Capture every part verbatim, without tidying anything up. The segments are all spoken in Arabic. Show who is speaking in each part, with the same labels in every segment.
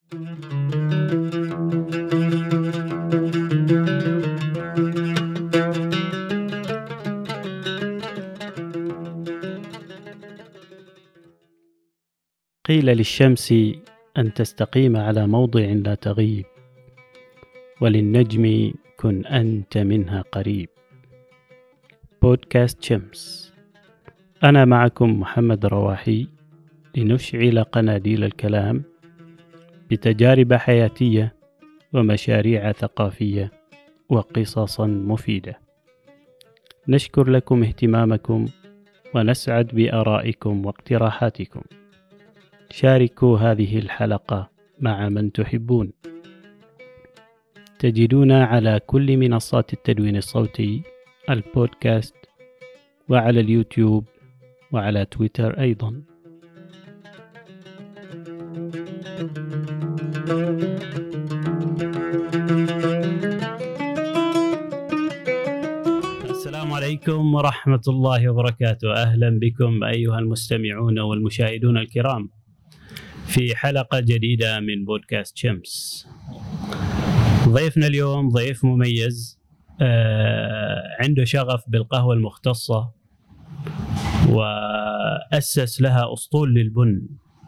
Speaker 1: قيل للشمس أن تستقيم على موضع لا تغيب، وللنجم كن أنت منها قريب. بودكاست شمس، أنا معكم محمد رواحي، لنشعل قناديل الكلام بتجارب حياتية ومشاريع ثقافية وقصصا مفيدة. نشكر لكم اهتمامكم ونسعد بآرائكم واقتراحاتكم. شاركوا هذه الحلقة مع من تحبون. تجدونا على كل منصات التدوين الصوتي، البودكاست، وعلى اليوتيوب وعلى تويتر أيضا. السلام عليكم ورحمة الله وبركاته. أهلا بكم أيها المستمعون والمشاهدون الكرام في حلقة جديدة من بودكاست شمس. ضيفنا اليوم ضيف مميز، آه عنده شغف بالقهوة المختصة، وأسس لها أسطول للبن،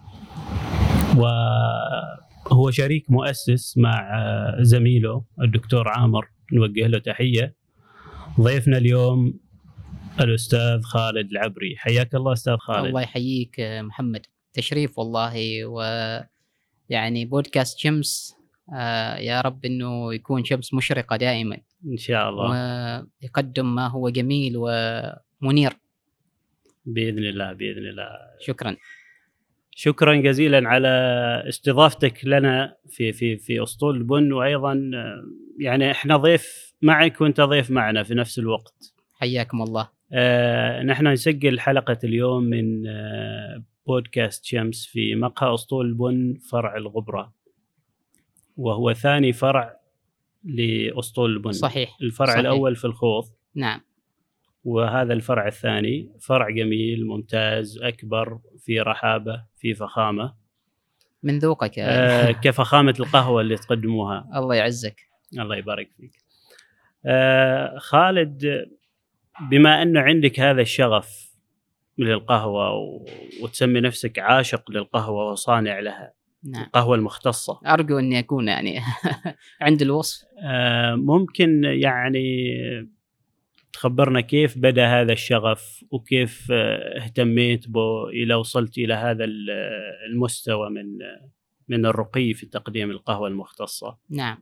Speaker 1: وهو شريك مؤسس مع زميله الدكتور عامر، نوجه له تحية. ضيفنا اليوم الأستاذ خالد العبري. حياك الله أستاذ خالد.
Speaker 2: الله يحييك محمد، تشريف والله. ويعني بودكاست شمس، آه يا رب إنه يكون شمس مشرقة دائما
Speaker 1: إن شاء الله،
Speaker 2: ويقدم ما هو جميل ومنير
Speaker 1: بإذن الله بإذن الله.
Speaker 2: شكرا
Speaker 1: شكرا جزيلا على استضافتك لنا في في في أسطول البن، وأيضا يعني إحنا ضيف معك وأنت ضيف معنا في نفس الوقت.
Speaker 2: حياكم الله.
Speaker 1: آه نحن نسجل حلقة اليوم من آه بودكاست شمس في مقهى أسطول البن فرع الغبرة، وهو ثاني فرع لأسطول البن.
Speaker 2: صحيح.
Speaker 1: الفرع
Speaker 2: صحيح.
Speaker 1: الأول في الخوض،
Speaker 2: نعم،
Speaker 1: وهذا الفرع الثاني فرع جميل ممتاز، أكبر، في رحابة، في فخامة،
Speaker 2: من ذوقك
Speaker 1: آه كفخامة القهوة اللي تقدموها.
Speaker 2: الله يعزك.
Speaker 1: الله يبارك فيك. آه خالد، بما أنه عندك هذا الشغف للقهوة وتسمي نفسك عاشق للقهوة وصانع لها،
Speaker 2: نعم،
Speaker 1: القهوة المختصة،
Speaker 2: أرجو أني أكون يعني عند الوصف.
Speaker 1: آه ممكن يعني تخبرنا كيف بدأ هذا الشغف وكيف اهتميت به إلى وصلت إلى هذا المستوى من من الرقي في تقديم القهوة المختصة؟
Speaker 2: نعم.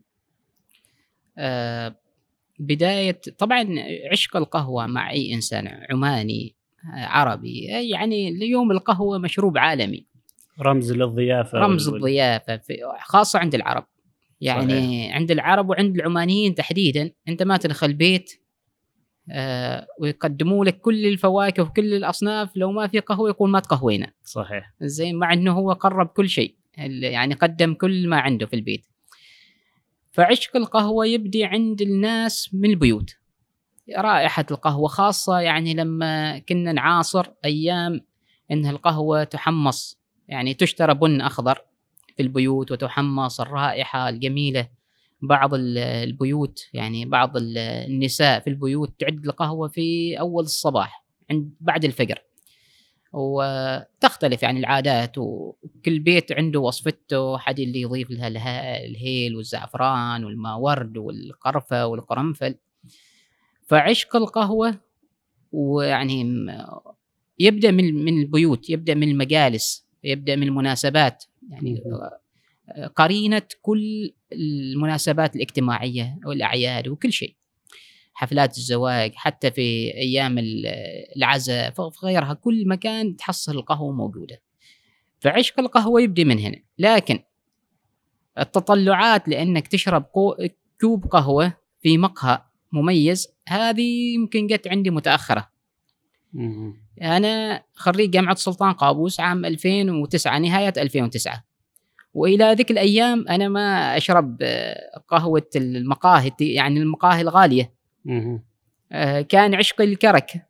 Speaker 2: آه بداية طبعا عشق القهوة مع أي إنسان عماني عربي، يعني اليوم القهوة مشروب عالمي،
Speaker 1: رمز للضيافة،
Speaker 2: رمز الضيافة خاصة عند العرب، يعني صحيح. عند العرب وعند العمانيين تحديدا. أنت ما تدخل بيت آه ويقدموا لك كل الفواكه وكل الأصناف، لو ما في قهوة يقول ما تقهوينا.
Speaker 1: صحيح.
Speaker 2: زي مع أنه هو قرب كل شيء، يعني قدم كل ما عنده في البيت. فعشق القهوة يبدي عند الناس من البيوت، رائحة القهوة خاصة، يعني لما كنا نعاصر أيام إن القهوة تحمص، يعني تشترى بن أخضر في البيوت وتحمص، الرائحة الجميلة. بعض البيوت يعني بعض النساء في البيوت تعد القهوة في أول الصباح عند بعد الفجر، وتختلف يعني العادات، وكل بيت عنده وصفته. حد اللي يضيف لها الهيل والزعفران والماورد والقرفة والقرنفل. فعشق القهوة ويعني يبدأ من من البيوت، يبدأ من المجالس، يبدأ من المناسبات، يعني قرينة كل المناسبات الاجتماعية والأعياد وكل شيء، حفلات الزواج، حتى في أيام العزاء في غيرها، كل مكان تحصل القهوة موجودة. فعشق القهوة يبدأ من هنا. لكن التطلعات لأنك تشرب كوب قهوة في مقهى مميز، هذه يمكن جت عندي متأخرة. أنا خريج جامعة سلطان قابوس عام ألفين وتسعة، نهاية ألفين وتسعة، وإلى ذيك الأيام أنا ما أشرب قهوة المقاهي، يعني المقاهي الغالية. كان عشقي الكرك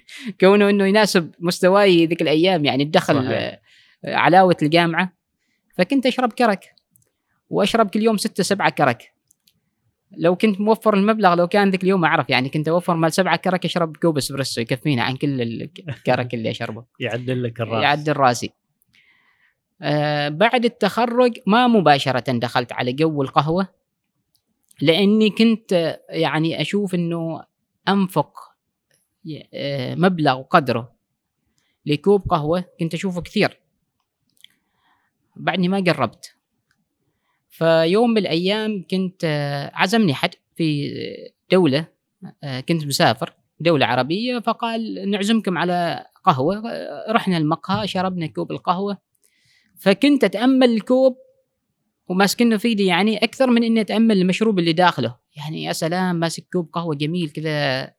Speaker 2: كونه أنه يناسب مستواي ذيك الأيام، يعني الدخل علاوة الجامعة. فكنت أشرب كرك، وأشرب كل يوم ستة سبعة كرك. لو كنت موفر المبلغ، لو كان ذيك اليوم أعرف يعني، كنت أوفر مال سبعة كرك أشرب كوب اسبريسو يكفينا عن كل الكرك اللي أشربه.
Speaker 1: يعدل لك الراس.
Speaker 2: يعدل راسي. آه بعد التخرج ما مباشرة دخلت على جو القهوة، لأني كنت يعني أشوف إنه أنفق آه مبلغ وقدره لكوب قهوة كنت أشوفه كثير، بعدني ما قربت. فيوم من الأيام كنت آه عزمني حد في دولة، آه كنت مسافر دولة عربية، فقال نعزمكم على قهوة. رحنا المقهى، شربنا كوب القهوة، فكنت أتأمل الكوب وماسكنه في يدي يعني أكثر من إني أتأمل المشروب اللي داخله. يعني يا سلام، ماسك كوب قهوة جميل كذا.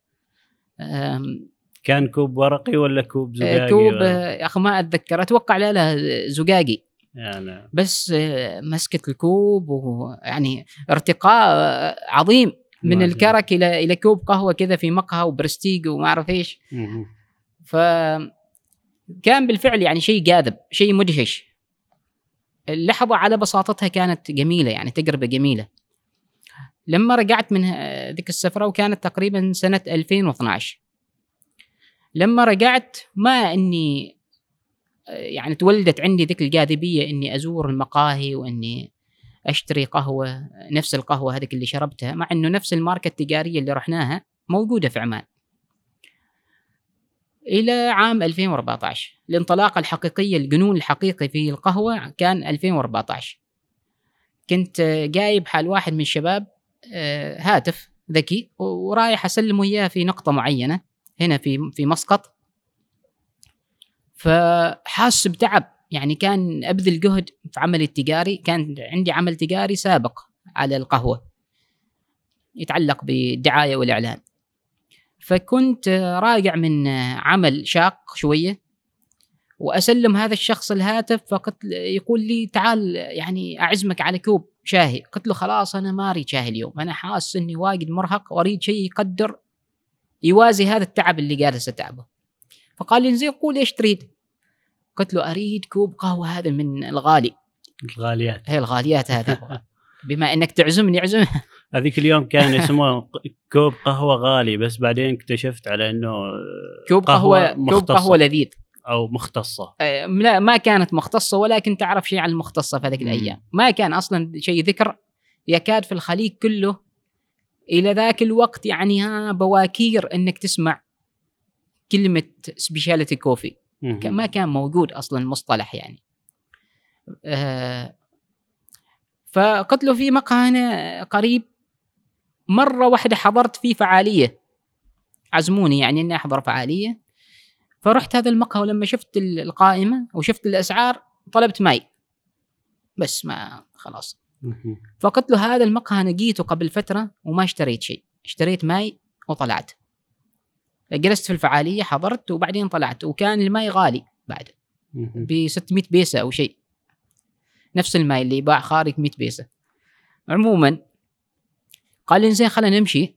Speaker 1: كان كوب ورقي ولا كوب زجاجي؟
Speaker 2: كوب يا أخي ما أتذكر، أتوقع لا لا زجاجي
Speaker 1: يعني.
Speaker 2: بس مسكت الكوب ويعني ارتقاء عظيم من الكرك إلى إلى كوب قهوة كذا في مقهى وبرستيج وما أعرف إيش. فكان بالفعل يعني شيء جاذب، شيء مدهش. اللحظة على بساطتها كانت جميلة، يعني تجربة جميلة. لما رجعت من ذيك السفرة، وكانت تقريبا سنة ألفين واثناشر، لما رجعت ما أني يعني تولدت عندي ذيك الجاذبية أني أزور المقاهي وأني أشتري قهوة نفس القهوة هذيك اللي شربتها، مع أنه نفس الماركة التجارية اللي رحناها موجودة في عمان. إلى عام ألفين وأربعة عشر الانطلاقة الحقيقية، الجنون الحقيقي في القهوة كان ألفين وأربعة عشر. كنت جايب حال واحد من الشباب هاتف ذكي، ورايح أسلمه إياه في نقطة معينة هنا في في مسقط. فحاس بتعب، يعني كان أبذل جهد في عمل التجاري، كان عندي عمل تجاري سابق على القهوة يتعلق بالدعاية والإعلان. فكنت راجع من عمل شاق شوية وأسلم هذا الشخص الهاتف، فقلت يقول لي تعال يعني أعزمك على كوب شاهي. قلت له خلاص أنا ما أريد شاهي اليوم، أنا حاس إني واجد مرهق وأريد شيء يقدر يوازي هذا التعب اللي جالس أتعبه. فقال لي زين قول إيش تريد. قلت له أريد كوب قهوة هذا من الغالي،
Speaker 1: الغاليات،
Speaker 2: هي الغاليات هذه. بما إنك تعزمني عزم.
Speaker 1: هذيك اليوم كان اسمه كوب قهوة غالي، بس بعدين اكتشفت على إنه
Speaker 2: كوب قهوة, قهوة كوب قهوة لذيذ
Speaker 1: أو مختصة.
Speaker 2: لا ما كانت مختصة، ولكن تعرف شيء عن المختصة في هذيك الأيام. ما كان أصلا شيء ذكر، يكاد في الخليج كله إلى ذاك الوقت يعني ها بواكير إنك تسمع كلمة سبيشاليتي كوفي. ما كان موجود أصلا المصطلح يعني. آه فقلت له في مقهى هنا قريب، مرة واحدة حضرت فيه فعالية، عزموني يعني إني أحضر فعالية. فرحت هذا المقهى، ولما شفت القائمة وشفت الأسعار طلبت ماي، بس ما خلاص. فقلت له هذا المقهى أنا جيته قبل فترة وما اشتريت شيء، اشتريت ماي وطلعت. جلست في الفعالية، حضرت وبعدين طلعت، وكان الماي غالي بعد ب ستمائة بيسة أو شيء، نفس الماي اللي باع خارج مئة بيسة. عموما قال لي زين خلينا نمشي.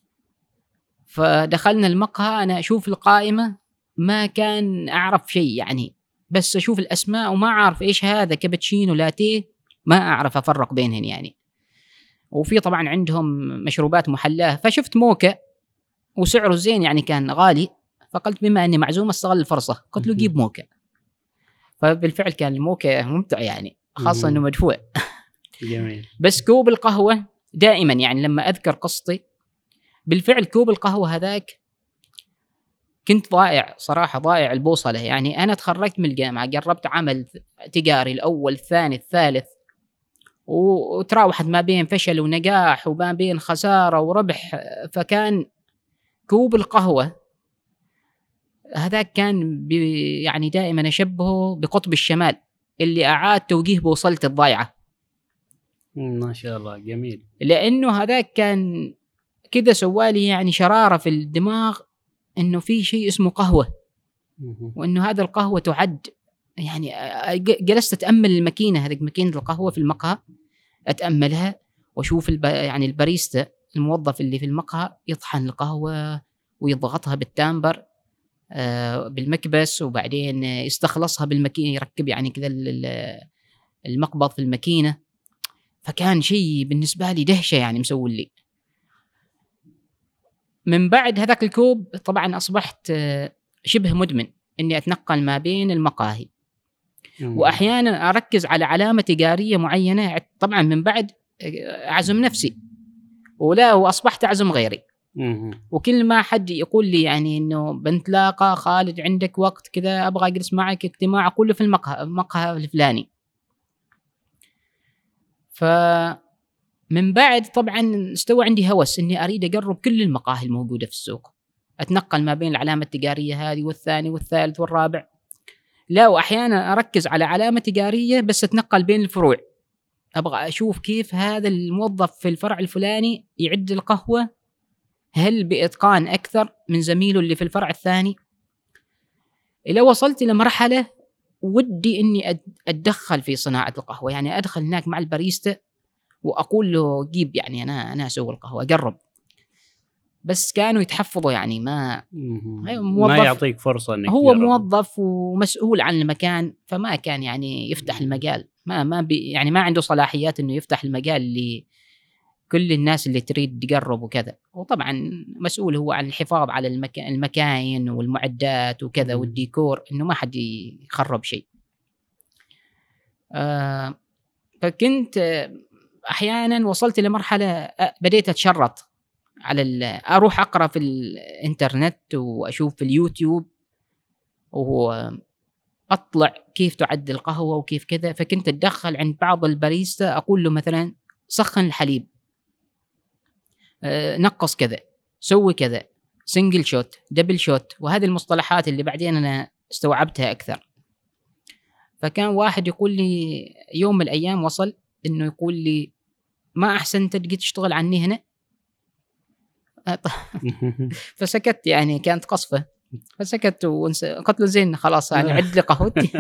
Speaker 2: فدخلنا المقهى، أنا أشوف القائمة ما كان أعرف شيء يعني، بس أشوف الأسماء وما أعرف إيش هذا، كابتشينو لاتيه ما أعرف أفرق بينهن يعني. وفي طبعا عندهم مشروبات محلاة، فشفت موكا وسعره زين يعني كان غالي، فقلت بما أني معزوم استغل الفرصة، قلت له جيب موكا. فبالفعل كان الموكا ممتع يعني، خاصة أنه مدفوع.
Speaker 1: جميل.
Speaker 2: بس كوب القهوة دائما يعني لما أذكر قصتي، بالفعل كوب القهوة هذاك كنت ضائع صراحة، ضائع البوصلة يعني. أنا تخرجت من الجامعة، جربت عمل تجاري الأول الثاني الثالث، وتراوحت ما بين فشل ونجاح وما بين خسارة وربح. فكان كوب القهوة هذاك كان يعني دائما أشبهه بقطب الشمال اللي أعاد توجيه بوصلت الضائعة.
Speaker 1: ما شاء الله جميل.
Speaker 2: لأنه هذاك كان كده سوالي يعني شرارة في الدماغ إنه في شيء اسمه قهوة، وإنه هذا القهوة تعد يعني. جلست أتأمل الماكينة هذه، ماكينة القهوة في المقهى، أتأملها وأشوف الب... يعني الباريستا الموظف اللي في المقهى يطحن القهوة ويضغطها بالتامبر آه بالمكبس، وبعدين يستخلصها بالماكينة، يركب يعني كذا المقبض في الماكينة، فكان شيء بالنسبة لي دهشة يعني مسوي لي. من بعد هذاك الكوب طبعا أصبحت شبه مدمن إني أتنقل ما بين المقاهي، وأحيانا أركز على علامة تجارية معينة. طبعا من بعد أعزم نفسي ولا وأصبحت أعزم غيري. وكل ما حد يقول لي يعني إنه بنتلاقى خالد عندك وقت كذا أبغى أجلس معك اجتماع، كله في المقهى المقهى الفلاني. فمن بعد طبعا استوى عندي هوس إني أريد أقرب كل المقاهي الموجودة في السوق، أتنقل ما بين العلامة التجارية هذه والثاني والثالث والرابع. لا وأحيانا أركز على علامة تجارية بس أتنقل بين الفروع، أبغى أشوف كيف هذا الموظف في الفرع الفلاني يعد القهوة، هل بإتقان أكثر من زميله اللي في الفرع الثاني. إلى وصلت إلى مرحلة ودي إني أتدخل في صناعة القهوة، يعني أدخل هناك مع الباريستا وأقول له جيب يعني أنا أنا أسوي القهوة أقرب، بس كانوا يتحفظوا يعني ما
Speaker 1: ما يعطيك فرصة إنك
Speaker 2: هو
Speaker 1: تجرب.
Speaker 2: موظف ومسؤول عن المكان، فما كان يعني يفتح المجال، ما ما بي يعني ما عنده صلاحيات إنه يفتح المجال لكل الناس اللي تريد تقرب وكذا. وطبعا مسؤول هو عن الحفاظ على المكان المكاين والمعدات وكذا والديكور، إنه ما حد يخرب شيء. آه فكنت أحيانا وصلت لمرحلة بديت أتشرط على أروح أقرأ في الإنترنت وأشوف في اليوتيوب وأطلع كيف تعد القهوة وكيف كذا. فكنت أتدخل عند بعض الباريستا أقول له مثلا سخن الحليب، أه نقص كذا، سوي كذا، سنجل شوت، دبل شوت، وهذه المصطلحات اللي بعدين أنا استوعبتها أكثر. فكان واحد يقول لي يوم من الأيام وصل إنه يقول لي ما أحسن تجي تشتغل عني هنا. فسكت يعني كانت قصفة، فسكت وقلت له زين خلاص يعني عد لي قهوتي.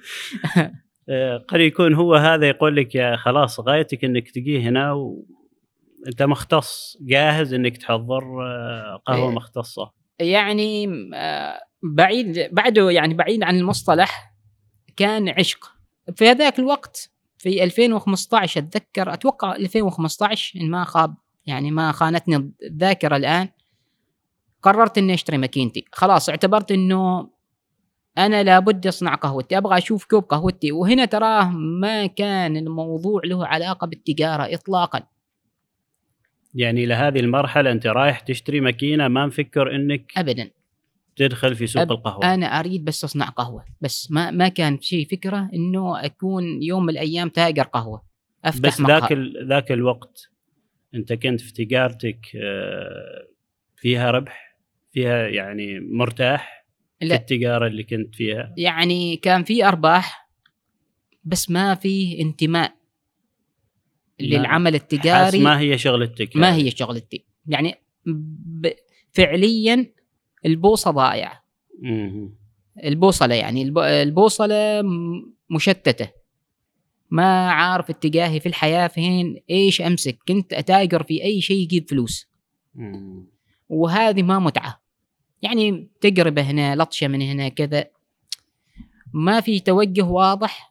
Speaker 1: قد يكون هو هذا يقول لك يا خلاص غايتك انك تجي هنا وانت مختص جاهز انك تحضر قهوة مختصة،
Speaker 2: يعني بعيد بعده يعني بعيد عن المصطلح. كان عشق في هذاك الوقت في ألفين وخمسة عشر أتذكر، أتوقع ألفين وخمسة عشر إن ما خاب يعني ما خانتني الذاكرة الآن. قررت إني أشتري ماكينتي، خلاص اعتبرت إنه أنا لابد أصنع قهوتي، أبغى أشوف كوب قهوتي. وهنا تراه ما كان الموضوع له علاقة بالتجارة إطلاقا.
Speaker 1: يعني لهذه المرحلة أنت رايح تشتري ماكينة ما مفكر إنك
Speaker 2: أبدا
Speaker 1: تدخل في سوق
Speaker 2: أب...
Speaker 1: القهوة.
Speaker 2: أنا أريد بس أصنع قهوة بس، ما ما كان شيء فكرة إنه أكون يوم من الأيام تاجر قهوة أفتح
Speaker 1: بس ذاك ال... ذاك الوقت أنت كنت في تجارتك فيها ربح، فيها يعني مرتاح في التجارة اللي كنت فيها؟
Speaker 2: يعني كان في أرباح بس ما في انتماء للعمل التجاري.
Speaker 1: ما هي شغلتك؟
Speaker 2: ما هي شغلتي يعني ب... فعليا البوصة ضائعة. البوصلة يعني الب... البوصلة مشتتة، ما عارف اتجاهي في الحياة فين، ايش امسك. كنت اتاجر في اي شيء يجيب فلوس، وهذه ما متعة يعني. تجربة هنا، لطشة من هنا كذا، ما في توجه واضح.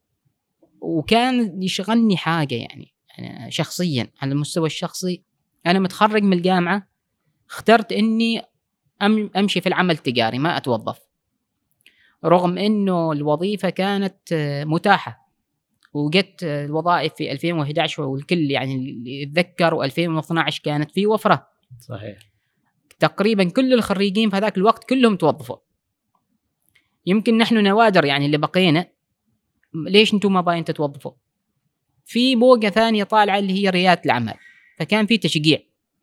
Speaker 2: وكان يشغلني حاجة يعني أنا شخصيا على المستوى الشخصي، أنا متخرج من الجامعة اخترت إني أمشي في العمل التجاري ما أتوظف، رغم إنه الوظيفة كانت متاحة. وجت الوظائف في ألفين وإحدى عشر والكل يعني اللي يتذكر، وألفين واثني عشر كانت في وفرة.
Speaker 1: صحيح.
Speaker 2: تقريبا كل الخريجين في هذاك الوقت كلهم توظفوا. يمكن نحن نوادر يعني اللي بقينا، ليش انتم ما باين تتوظفوا؟ في موجة ثانية طالعة اللي هي ريادة الأعمال، فكان في تشجيع.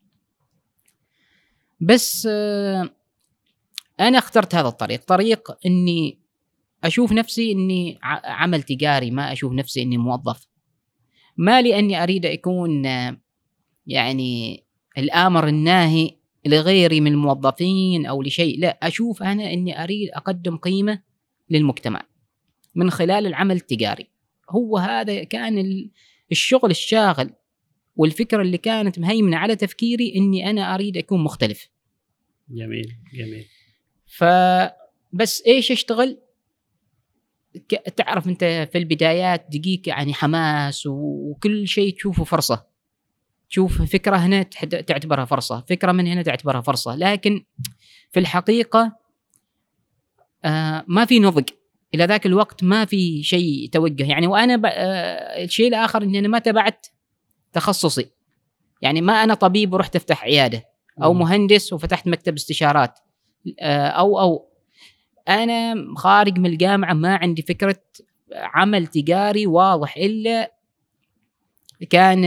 Speaker 2: بس أنا اخترت هذا الطريق، طريق إني أشوف نفسي إني عمل تجاري، ما أشوف نفسي إني موظف. ما لأني أريد أكون يعني الآمر الناهي لغيري من الموظفين أو لشيء، لا، أشوف أنا إني أريد أقدم قيمة للمجتمع من خلال العمل التجاري. هو هذا كان الشغل الشاغل والفكرة اللي كانت مهيمنة على تفكيري، إني أنا أريد أكون مختلف.
Speaker 1: جميل جميل.
Speaker 2: فبس إيش أشتغل؟ تعرف أنت في البدايات دقيقة يعني حماس وكل شيء تشوفه فرصة، تشوف فكرة هنا تعتبرها فرصة، فكرة من هنا تعتبرها فرصة، لكن في الحقيقة آه ما في نضج إلى ذاك الوقت، ما في شيء توجه يعني. وأنا آه الشيء الآخر إني أنا ما تبعت تخصصي، يعني ما أنا طبيب ورحت أفتح عيادة، أو مهندس وفتحت مكتب استشارات، آه أو أو أنا خارج من الجامعة ما عندي فكرة عمل تجاري واضح، إلا كان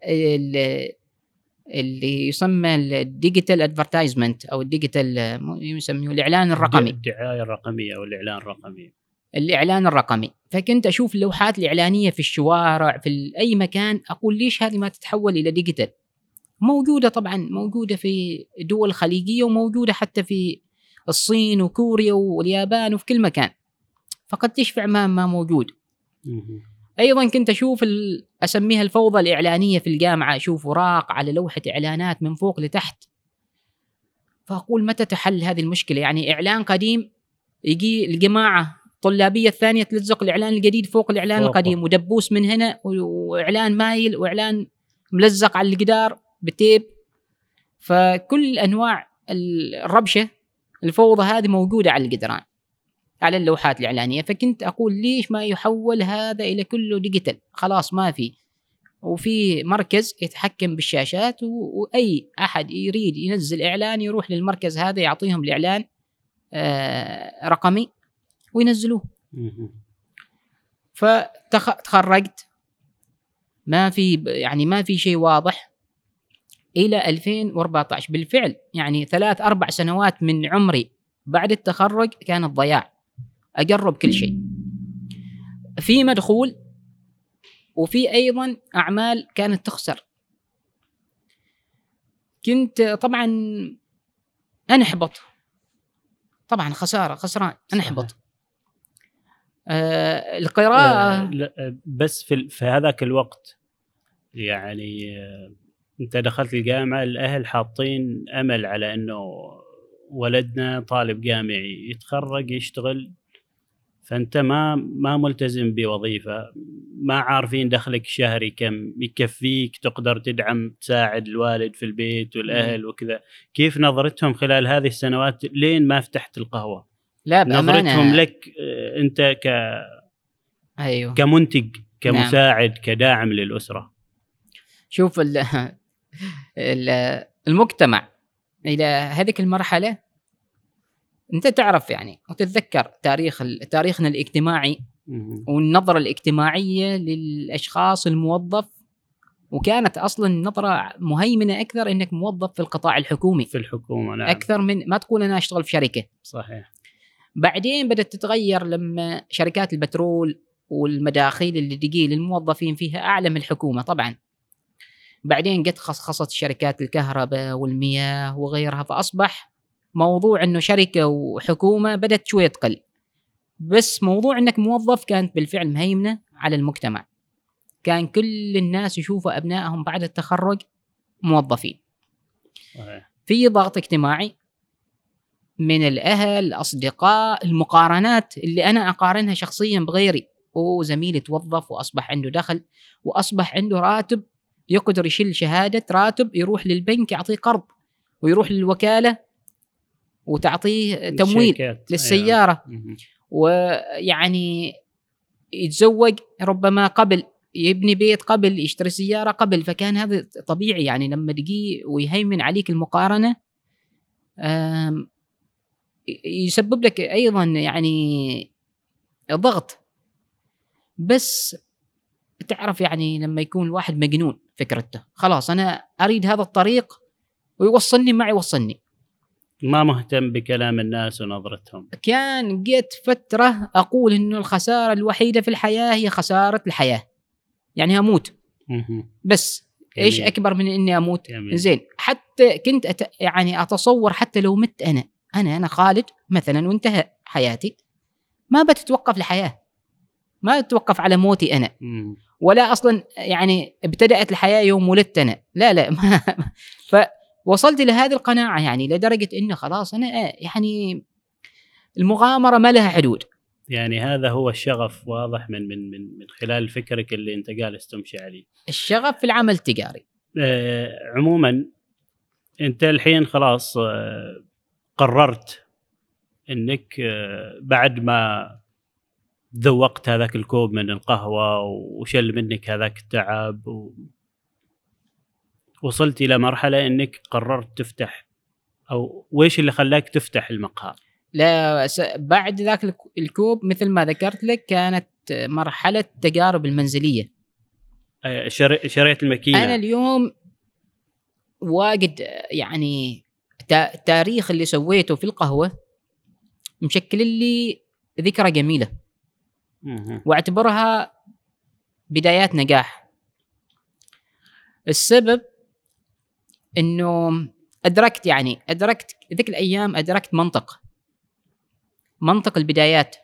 Speaker 2: اللي يسمى الديجيتال ادفرتايزمنت أو الديجيتال يسميه الإعلان الرقمي،
Speaker 1: الدعاية الرقمية أو الإعلان الرقمي،
Speaker 2: الإعلان الرقمي. فكنت أشوف اللوحات الإعلانية في الشوارع في أي مكان، أقول ليش هذه ما تتحول إلى ديجيتال؟ موجودة طبعا، موجودة في دول خليجية وموجودة حتى في الصين وكوريا واليابان وفي كل مكان، فقد تشفع ما ما موجود. أيضا كنت أشوف أسميها الفوضى الإعلانية في الجامعة، أشوف وراق على لوحة إعلانات من فوق لتحت، فأقول متى تحل هذه المشكلة؟ يعني إعلان قديم يجي الجماعة الطلابية الثانية تلزق الإعلان الجديد فوق الإعلان فوق. القديم، ودبوس من هنا وإعلان مايل وإعلان ملزق على الجدار بتيب، فكل أنواع الربشة الفوضى هذه موجودة على الجدران على اللوحات الإعلانية. فكنت أقول ليش ما يحول هذا إلى كله ديجيتال؟ خلاص ما في، وفي مركز يتحكم بالشاشات، وأي أحد يريد ينزل إعلان يروح للمركز هذا يعطيهم الإعلان آه رقمي وينزلوه. فتخرجت ما في يعني ما في شيء واضح إلى ألفين وأربعة عشر بالفعل، يعني ثلاث أربع سنوات من عمري بعد التخرج كانت ضياع، أجرب كل شيء، في مدخول وفي أيضا أعمال كانت تخسر. كنت طبعا أنا أحبط، طبعا خسارة خسران أنا أحبط. آه القراءة
Speaker 1: آه بس في, في هذاك الوقت يعني آه أنت دخلت الجامعة، الأهل حاطين أمل على أنه ولدنا طالب جامعي يتخرج يشتغل، فأنت ما ما ملتزم بوظيفة، ما عارفين دخلك شهري كم يكفيك تقدر تدعم تساعد الوالد في البيت والأهل وكذا. كيف نظرتهم خلال هذه السنوات لين ما فتحت القهوة؟
Speaker 2: لا
Speaker 1: نظرتهم لك أنت ك
Speaker 2: أيوه.
Speaker 1: كمنتج كمساعد نعم. كداعم للأسرة.
Speaker 2: شوف المجتمع إلى هذه المرحلة أنت تعرف يعني وتتذكر تاريخ تاريخنا الاجتماعي والنظرة الاجتماعية للأشخاص الموظف، وكانت أصلا النظرة مهيمنة أكثر إنك موظف في القطاع الحكومي
Speaker 1: في الحكومة نعم.
Speaker 2: أكثر من ما تقول أنا أشتغل في شركة.
Speaker 1: صحيح.
Speaker 2: بعدين بدأت تتغير لما شركات البترول والمداخيل اللي تجي للموظفين فيها أعلى من الحكومة طبعا. بعدين قد خصصت شركات الكهرباء والمياه وغيرها، فأصبح موضوع إنه شركة وحكومة بدأت شوية تقل، بس موضوع إنك موظف كانت بالفعل مهيمنة على المجتمع. كان كل الناس يشوفوا أبنائهم بعد التخرج موظفين. في ضغط اجتماعي من الأهل، الأصدقاء، المقارنات اللي أنا أقارنها شخصيا بغيري، وزميلي توظف وأصبح عنده دخل وأصبح عنده راتب يقدر يشيل شهادة راتب، يروح للبنك يعطيه قرض، ويروح للوكالة وتعطيه تمويل للسيارة، ويعني يتزوج ربما قبل، يبني بيت قبل، يشتري سيارة قبل. فكان هذا طبيعي يعني لما تجي ويهيمن عليك المقارنة يسبب لك أيضا يعني ضغط. بس تعرف يعني لما يكون الواحد مجنون فكرته خلاص أنا أريد هذا الطريق ويوصلني معي يوصلني،
Speaker 1: ما مهتم بكلام الناس ونظرتهم.
Speaker 2: كان جيت فترة أقول إنه الخسارة الوحيدة في الحياة هي خسارة الحياة، يعني أموت بس جميل. إيش أكبر من إني أموت؟ جميل. زين حتى كنت أت... يعني أتصور حتى لو مت أنا أنا أنا خالد مثلا وانتهى حياتي، ما بتتوقف الحياة، ما تتوقف على موتي أنا م. ولا أصلا يعني ابتدأت الحياة يوم ولدت أنا، لا لا ما فوصلت لهذه القناعة يعني لدرجة إنه خلاص أنا يعني المغامرة ما لها حدود.
Speaker 1: يعني هذا هو الشغف، واضح من من من من خلال فكرك اللي انت جالس تمشي عليه.
Speaker 2: الشغف في العمل التجاري.
Speaker 1: آه عموما انت الحين خلاص آه قررت انك آه بعد ما ذوقت هذاك الكوب من القهوة وشل منك هذاك التعب و... وصلت إلى مرحلة انك قررت تفتح، او ويش اللي خلاك تفتح المقهى؟
Speaker 2: لا س... بعد ذاك الكوب مثل ما ذكرت لك كانت مرحلة تجارب المنزلية.
Speaker 1: شر... شريت الماكينة.
Speaker 2: أنا اليوم واجد يعني التاريخ اللي سويته في القهوة مشكل لي ذكرى جميلة واعتبرها بدايات نجاح. السبب انه ادركت يعني ادركت ذيك الايام ادركت منطق منطق البدايات.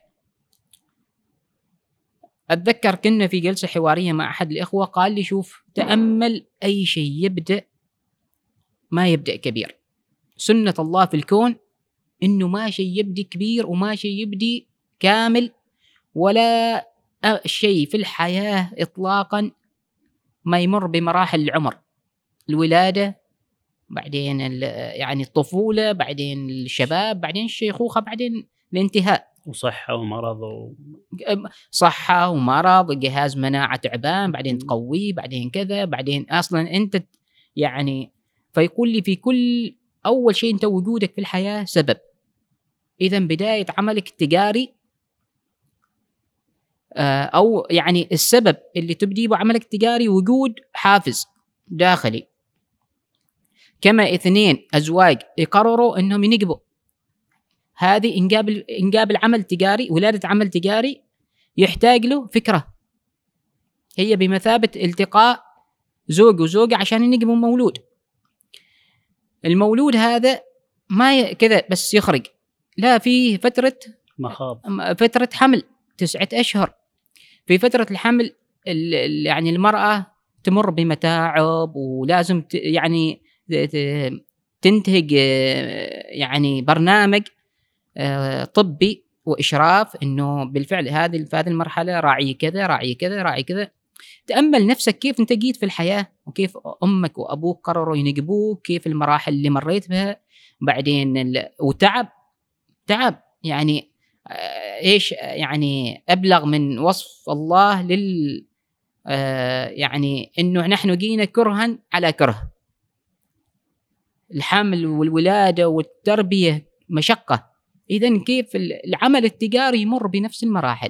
Speaker 2: اتذكر كنا في جلسة حوارية مع احد الاخوة قال لي شوف، تأمل اي شيء يبدأ ما يبدأ كبير. سنة الله في الكون انه ما شيء يبدي كبير وما شيء يبدي كامل، ولا شيء في الحياة اطلاقا ما يمر بمراحل العمر. الولادة، بعدين يعني الطفولة، بعدين الشباب، بعدين الشيخوخة، بعدين الانتهاء.
Speaker 1: وصحة ومرض و...
Speaker 2: صحة ومرض، جهاز مناعة تعبان، بعدين تقويه، بعدين كذا، بعدين أصلا أنت يعني. فيقول لي في كل أول شيء أنت وجودك في الحياة سبب. إذا بداية عملك التجاري أو يعني السبب اللي تبدي بعملك التجاري وجود حافز داخلي. كما اثنين أزواج يقرروا أنهم ينجبوا، هذه إنجاب إنجاب العمل التجاري، ولادة عمل تجاري يحتاج له فكرة، هي بمثابة التقاء زوج وزوجة عشان ينجبوا مولود. المولود هذا ما كذا بس يخرج، لا، في فترة
Speaker 1: مخاض،
Speaker 2: فترة حمل تسعة أشهر. في فترة الحمل يعني المرأة تمر بمتاعب، ولازم يعني تنتهج يعني برنامج طبي وإشراف إنه بالفعل هذه في هذه المرحلة راعي كذا راعي كذا راعي كذا. تأمل نفسك كيف أنت جيت في الحياة، وكيف أمك وأبوك قرروا ينجبوك، كيف المراحل اللي مريت بها بعدين، وتعب تعب يعني إيش يعني أبلغ من وصف الله لل يعني إنه نحن جينا كرها على كره. الحمل والولادة والتربية مشقة. إذن كيف العمل التجاري يمر بنفس المراحل؟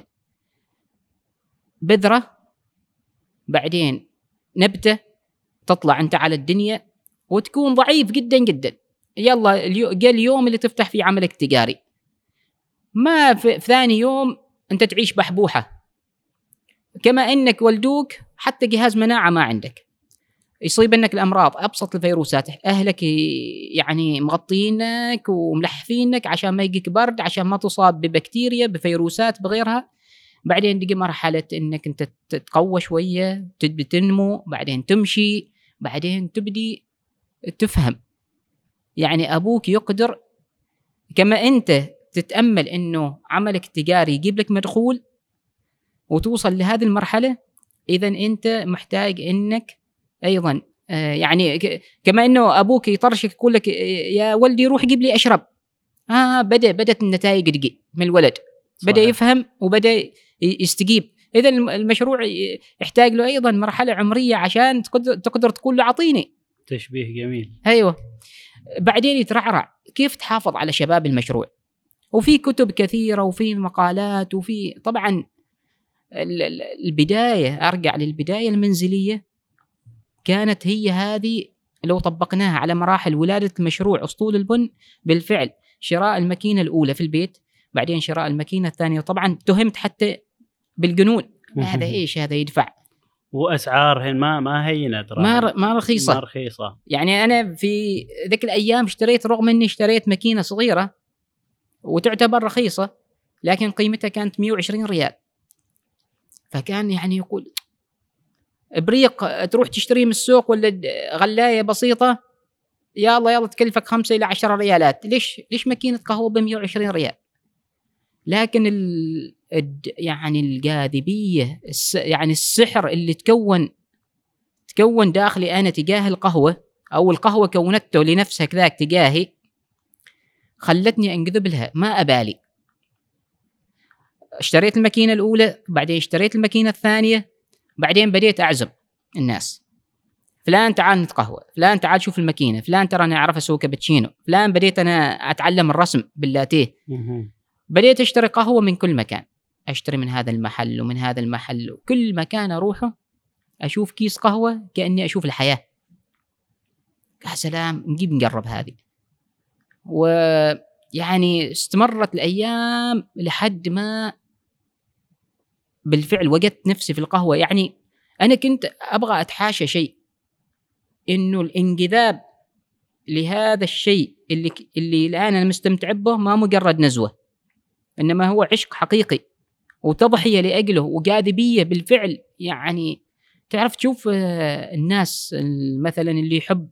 Speaker 2: بذرة، بعدين نبتة تطلع أنت على الدنيا وتكون ضعيف جدا جدا. يلا جاء اليوم اللي تفتح فيه عملك التجاري، ما في ثاني يوم أنت تعيش بحبوحة، كما أنك ولدوك حتى جهاز مناعة ما عندك، يصيب أنك الأمراض، أبسط الفيروسات، أهلك يعني مغطينك وملحفينك عشان ما يجيك برد، عشان ما تصاب ببكتيريا بفيروسات بغيرها. بعدين تجي مرحلة أنك أنت تتقوى شوية، تبدي تنمو، بعدين تمشي، بعدين تبدي تفهم. يعني أبوك يقدر كما أنت تتأمل أنه عملك التجاري يجيب لك مدخول وتوصل لهذه المرحلة، إذن أنت محتاج أنك أيضا آه يعني كما أنه أبوك يطرشك يقول لك يا ولدي روح جيب لي أشرب، آه بدأ بدأت النتائج تجي من الولد، بدأ يفهم وبدأ يستجيب. إذا المشروع يحتاج له أيضا مرحلة عمرية عشان تقدر, تقدر تقول له عطيني.
Speaker 1: تشبيه جميل.
Speaker 2: أيوة. بعدين يترعرع كيف تحافظ على شباب المشروع، وفي كتب كثيرة وفي مقالات، وفي طبعا البداية، أرجع للبداية المنزلية كانت هي هذه. لو طبقناها على مراحل ولادة المشروع أسطول البن، بالفعل شراء الماكينة الأولى في البيت، بعدين شراء الماكينة الثانية، وطبعا تهمت حتى بالجنون، هذا إيش هذا يدفع،
Speaker 1: وأسعارهن ما ما هينة ترى،
Speaker 2: ما ما رخيصة
Speaker 1: ما رخيصة.
Speaker 2: يعني أنا في ذيك الأيام اشتريت، رغم إني اشتريت ماكينة صغيرة وتعتبر رخيصة، لكن قيمتها كانت مئة وعشرين ريال. فكان يعني يقول بريق تروح تشتري من السوق ولا غلاية بسيطة، يلا يلا تكلفك خمسة إلى عشرة ريالات، ليش ليش ماكينة قهوة بمئة وعشرين ريال؟ لكن يعني الجاذبية، يعني السحر اللي تكون تكون داخلي أنا تجاه القهوة، أو القهوة كونته لنفسها كذاك تجاهي، خلتني أنجذب لها ما أبالي. اشتريت الماكينة الأولى، بعدين اشتريت الماكينة الثانية، بعدين بديت أعزم الناس، فلان تعال نتقهوى، فلان تعال شوف الماكينة، فلان ترى أنا أعرف أسوي كابتشينو، فلان بديت أنا أتعلم الرسم باللاتيه. بديت أشتري قهوة من كل مكان، أشتري من هذا المحل ومن هذا المحل، وكل مكان أروحه أشوف كيس قهوة كأني أشوف الحياة. يا سلام، نجيب نجرب هذه. ويعني استمرت الأيام لحد ما بالفعل وجدت نفسي في القهوة. يعني أنا كنت أبغى أتحاشى شيء، إنه الانجذاب لهذا الشيء اللي اللي الآن أنا مستمتع به ما مجرد نزوة، إنما هو عشق حقيقي وتضحية لأجله وجاذبية بالفعل. يعني تعرف تشوف الناس مثلا اللي يحب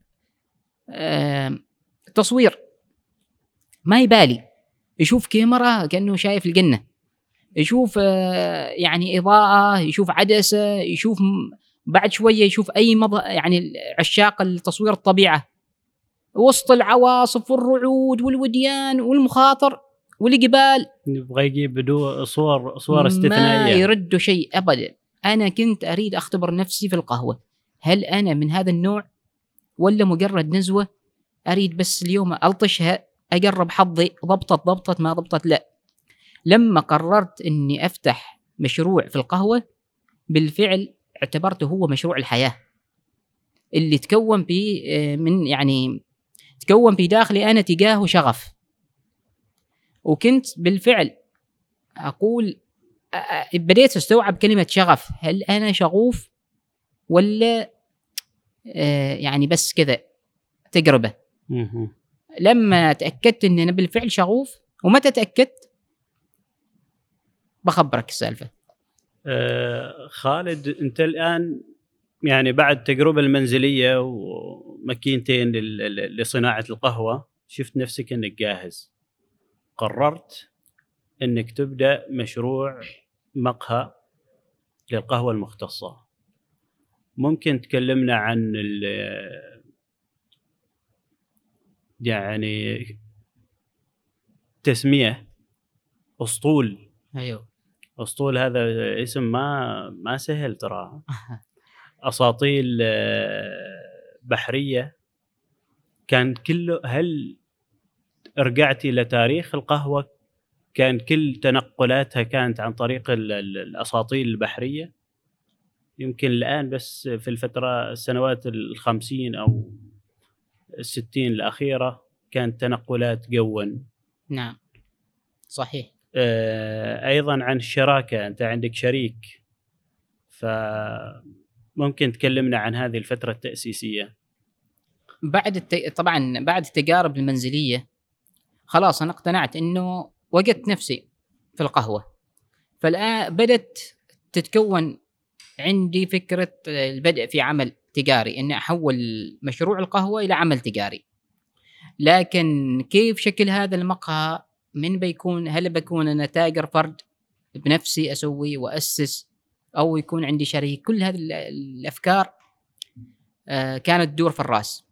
Speaker 2: تصوير ما يبالي، يشوف كاميرا كأنه شايف الجنة، يشوف يعني إضاءة، يشوف عدسة، يشوف بعد شوية يشوف أي مض... يعني عشاق التصوير الطبيعة وسط العواصف والرعود والوديان والمخاطر والجبال،
Speaker 1: يبغى يجيب بدو صور صور استثنائية،
Speaker 2: ما يردوا شيء أبدا. أنا كنت أريد أختبر نفسي في القهوة، هل أنا من هذا النوع ولا مجرد نزوة أريد بس اليوم ألطشها، أجرب حظي، ضبطت ضبطت ما ضبطت لا. لما قررت أني أفتح مشروع في القهوة بالفعل اعتبرته هو مشروع الحياة اللي تكون في من يعني تكون في داخلي أنا تجاهه شغف. وكنت بالفعل أقول بديت أستوعب كلمة شغف، هل أنا شغوف ولا يعني بس كذا تجربة. لما تأكدت أني أنا بالفعل شغوف، ومتى تأكدت بخبرك السالفة.
Speaker 1: آه خالد، أنت الآن يعني بعد التجربة المنزلية وماكينتين لصناعة القهوة شفت نفسك أنك جاهز، قررت أنك تبدأ مشروع مقهى للقهوة المختصة. ممكن تكلمنا عن يعني تسمية أسطول؟
Speaker 2: أيوه،
Speaker 1: أسطول هذا اسم ما ما سهل ترى. أساطيل بحرية كان كله. هل رجعتي لتاريخ القهوة كان كل تنقلاتها كانت عن طريق الأساطيل البحرية؟ يمكن الآن بس في الفترة السنوات الخمسين أو الستين الأخيرة كانت تنقلات جوًا.
Speaker 2: نعم صحيح.
Speaker 1: أيضا عن الشراكة، أنت عندك شريك، فممكن تكلمنا عن هذه الفترة التأسيسية.
Speaker 2: بعد الت... طبعا بعد التجارب المنزلية خلاص أنا اقتنعت إنه وجدت نفسي في القهوة، فالآن بدت تتكون عندي فكرة البدء في عمل تجاري، إني أحول مشروع القهوة إلى عمل تجاري. لكن كيف شكل هذا المقهى؟ من بيكون؟ هل بكون أنا تاجر فرد بنفسي أسوي وأسس، أو يكون عندي شريك؟ كل هذه الأفكار كانت تدور في الرأس.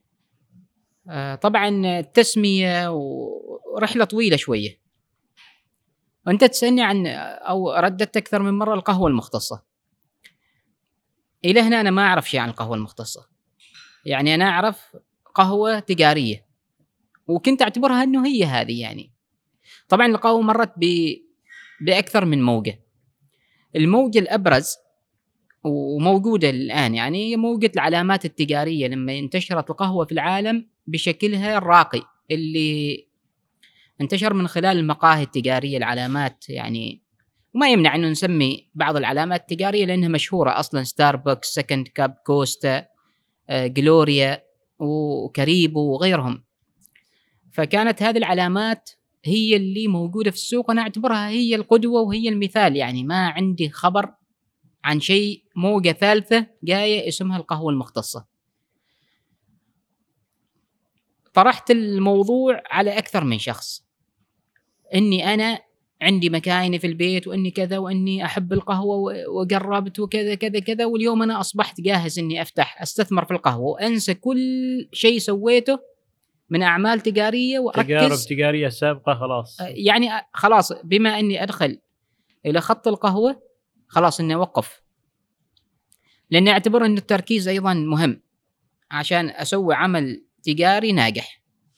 Speaker 2: طبعا التسمية ورحلة طويلة شوية. وأنت تسألني عن أو رددت أكثر من مرة القهوة المختصة. إلى هنا أنا ما أعرف شيء عن القهوة المختصة، يعني أنا أعرف قهوة تجارية، وكنت أعتبرها أنه هي هذه. يعني طبعا القهوة مرت ب... بأكثر من موجة. الموجة الأبرز وموجودة الآن يعني موجة العلامات التجارية، لما انتشرت القهوة في العالم بشكلها الراقي اللي انتشر من خلال المقاهي التجارية. العلامات يعني وما يمنع أنه نسمي بعض العلامات التجارية لأنها مشهورة أصلا، ستاربكس، سكند كاب، كوستا، آه، جلوريا وكاريبو وغيرهم. فكانت هذه العلامات هي اللي موجودة في السوق، أنا أعتبرها هي القدوة وهي المثال. يعني ما عندي خبر عن شيء موجة ثالثة جاية اسمها القهوة المختصة. طرحت الموضوع على أكثر من شخص، إني أنا عندي مكايني في البيت واني كذا واني احب القهوه وقربت وكذا كذا كذا، واليوم انا اصبحت جاهز اني افتح استثمر في القهوه وانسى كل شيء سويته من اعمال تجاريه واركز
Speaker 1: تجارب تجاريه سابقه خلاص.
Speaker 2: يعني خلاص بما اني ادخل الى خط القهوه خلاص اني اوقف، لاني اعتبر ان التركيز ايضا مهم عشان اسوي عمل تجاري ناجح.